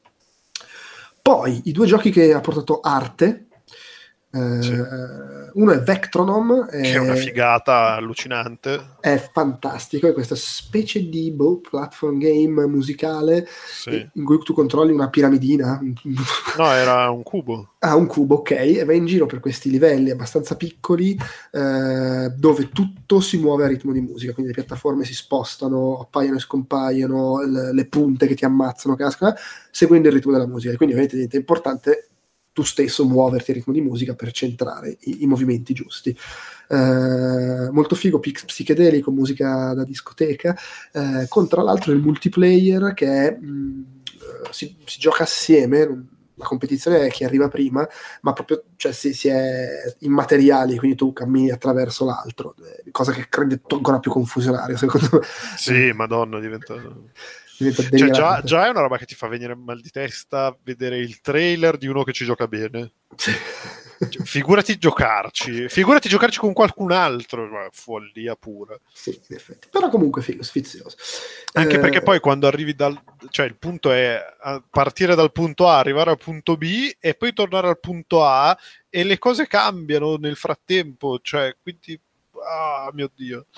Poi i due giochi che ha portato Arte, eh, sì. uno è Vectronom, che è una figata allucinante, è fantastico, è questa specie di boh, platform game musicale sì. in cui tu controlli una piramidina. No, era un cubo. Ah, un cubo, ok, e vai in giro per questi livelli abbastanza piccoli eh, dove tutto si muove a ritmo di musica, quindi le piattaforme si spostano, appaiono e scompaiono, le, le punte che ti ammazzano, cascano, seguendo il ritmo della musica, e quindi ovviamente è importante tu stesso muoverti a ritmo di musica per centrare i, i movimenti giusti. Eh, molto figo, psichedelico, musica da discoteca, eh, con tra l'altro il multiplayer che è, mh, si, si gioca assieme. La competizione è chi arriva prima, ma proprio cioè, si, si è immateriali, quindi tu cammini attraverso l'altro, cosa che rende ancora più confusionario, secondo me. Sì, madonna, diventa... diventa cioè, già, già è una roba che ti fa venire mal di testa vedere il trailer di uno che ci gioca bene. Cioè, figurati giocarci, figurati giocarci con qualcun altro, ma follia pura. Sì, in effetti. Però comunque figo, sfizioso. Anche eh... perché poi quando arrivi dal, cioè il punto è partire dal punto A, arrivare al punto B e poi tornare al punto A, e le cose cambiano nel frattempo, cioè quindi ah mio Dio.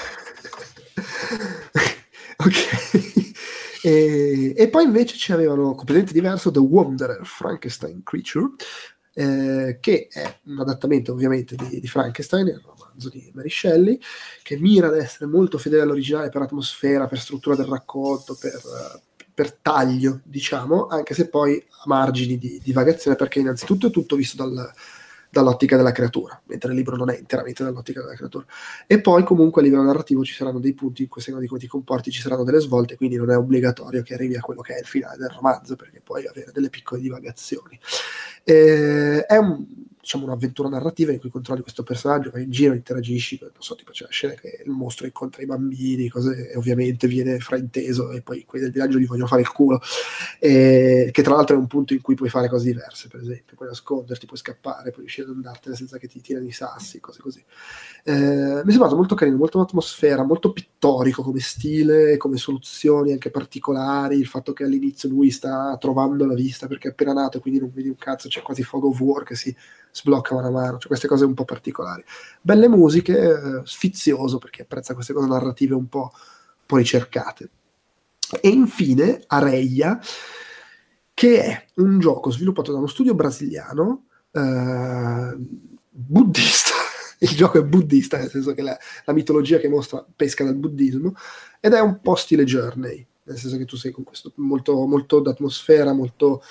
Ok. E, e poi invece ci avevano completamente diverso The Wanderer Frankenstein Creature, eh, che è un adattamento ovviamente di, di Frankenstein, il romanzo di Mary Shelley, che mira ad essere molto fedele all'originale per atmosfera, per struttura del racconto, per, per taglio, diciamo, anche se poi a margini di divagazione, perché innanzitutto è tutto visto dal dall'ottica della creatura, mentre il libro non è interamente dall'ottica della creatura, e poi comunque a livello narrativo ci saranno dei punti in cui, secondo di come ti comporti, ci saranno delle svolte, quindi non è obbligatorio che arrivi a quello che è il finale del romanzo, perché puoi avere delle piccole divagazioni. Eh, è un, diciamo, un'avventura narrativa in cui controlli questo personaggio, vai in giro, interagisci, non so, tipo c'è la scena che il mostro incontra i bambini, cose, e ovviamente viene frainteso e poi quelli del villaggio gli vogliono fare il culo, eh, che tra l'altro è un punto in cui puoi fare cose diverse, per esempio puoi nasconderti, puoi scappare, puoi riuscire ad andartene senza che ti tirano i sassi, cose così. Eh, mi è sembrato molto carino, molto atmosfera, molto pittorico come stile, come soluzioni anche particolari, il fatto che all'inizio lui sta trovando la vista perché è appena nato e quindi non vedi un cazzo, c'è quasi fog of war che si sblocca mano a mano, cioè queste cose un po' particolari. Belle musiche, eh, sfizioso perché apprezza queste cose narrative un po', un po' ricercate. E infine Areia, che è un gioco sviluppato da uno studio brasiliano eh, buddista. Il gioco è buddista, nel senso che la, la mitologia che mostra pesca dal buddismo, ed è un po' stile Journey, nel senso che tu sei con questo molto, molto d'atmosfera, molto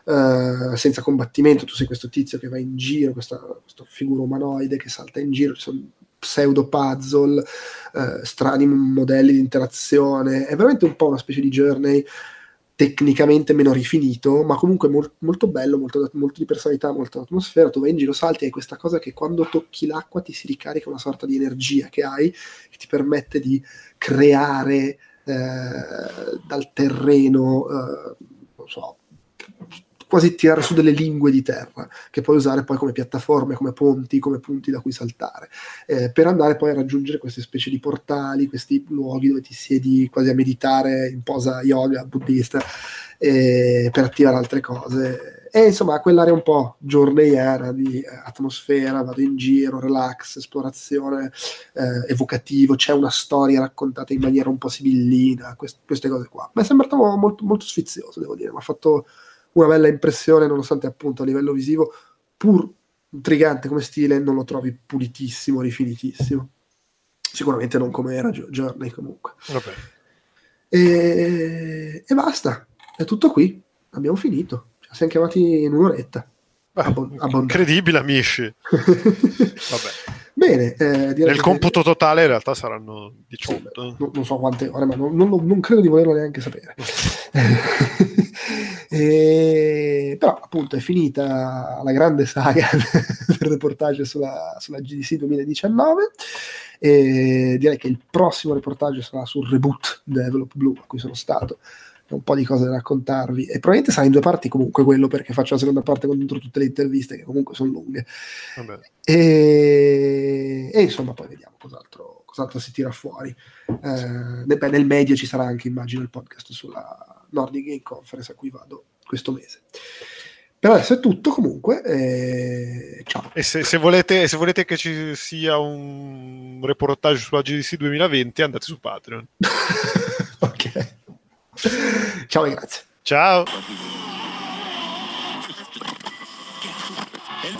uh, senza combattimento. Tu sei questo tizio che va in giro, questa, questa figura umanoide che salta in giro, ci sono pseudo puzzle, uh, strani modelli di interazione, è veramente un po' una specie di Journey tecnicamente meno rifinito, ma comunque mol- molto bello, molto, molto di personalità, molto atmosfera. Tu vai in giro, salti, hai questa cosa che quando tocchi l'acqua ti si ricarica una sorta di energia che hai, che ti permette di creare eh, dal terreno, eh, non so, quasi tirare su delle lingue di terra che puoi usare poi come piattaforme, come ponti, come punti da cui saltare, eh, per andare poi a raggiungere queste specie di portali, questi luoghi dove ti siedi quasi a meditare in posa yoga buddista, eh, per attivare altre cose. E insomma quell'area un po' giornaliera di eh, atmosfera, vado in giro, relax, esplorazione, eh, evocativo, c'è una storia raccontata in maniera un po' sibillina, quest- queste cose qua. Mi è sembrato molto, molto sfizioso, devo dire, mi ha fatto una bella impressione, nonostante appunto a livello visivo, pur intrigante come stile, non lo trovi pulitissimo, rifinitissimo. Sicuramente non come era Journey comunque. Vabbè. E... e basta, è tutto qui, abbiamo finito, ci siamo chiamati in un'oretta. Beh, incredibile, amici. Vabbè. Bene, eh, nel computo che... totale in realtà saranno diciotto. Sì, non, non so quante ore, ma non, non, non credo di volerlo neanche sapere. E, però appunto è finita la grande saga del reportage sulla, sulla G D C duemiladiciannove, e direi che il prossimo reportage sarà sul reboot di Envelope Blue, a cui sono stato, un po' di cose da raccontarvi, e probabilmente sarà in due parti comunque quello, perché faccio la seconda parte con dentro tutte le interviste che comunque sono lunghe. e, e insomma poi vediamo cos'altro, cos'altro si tira fuori. Eh, beh, nel medio ci sarà anche, immagino, il podcast sulla Nordic Game Conference a cui vado questo mese. Per adesso è tutto comunque, eh, ciao. E se, se, volete, se volete che ci sia un reportage sulla G D C duemilaventi, andate su Patreon. Ok, ciao e grazie. Ciao.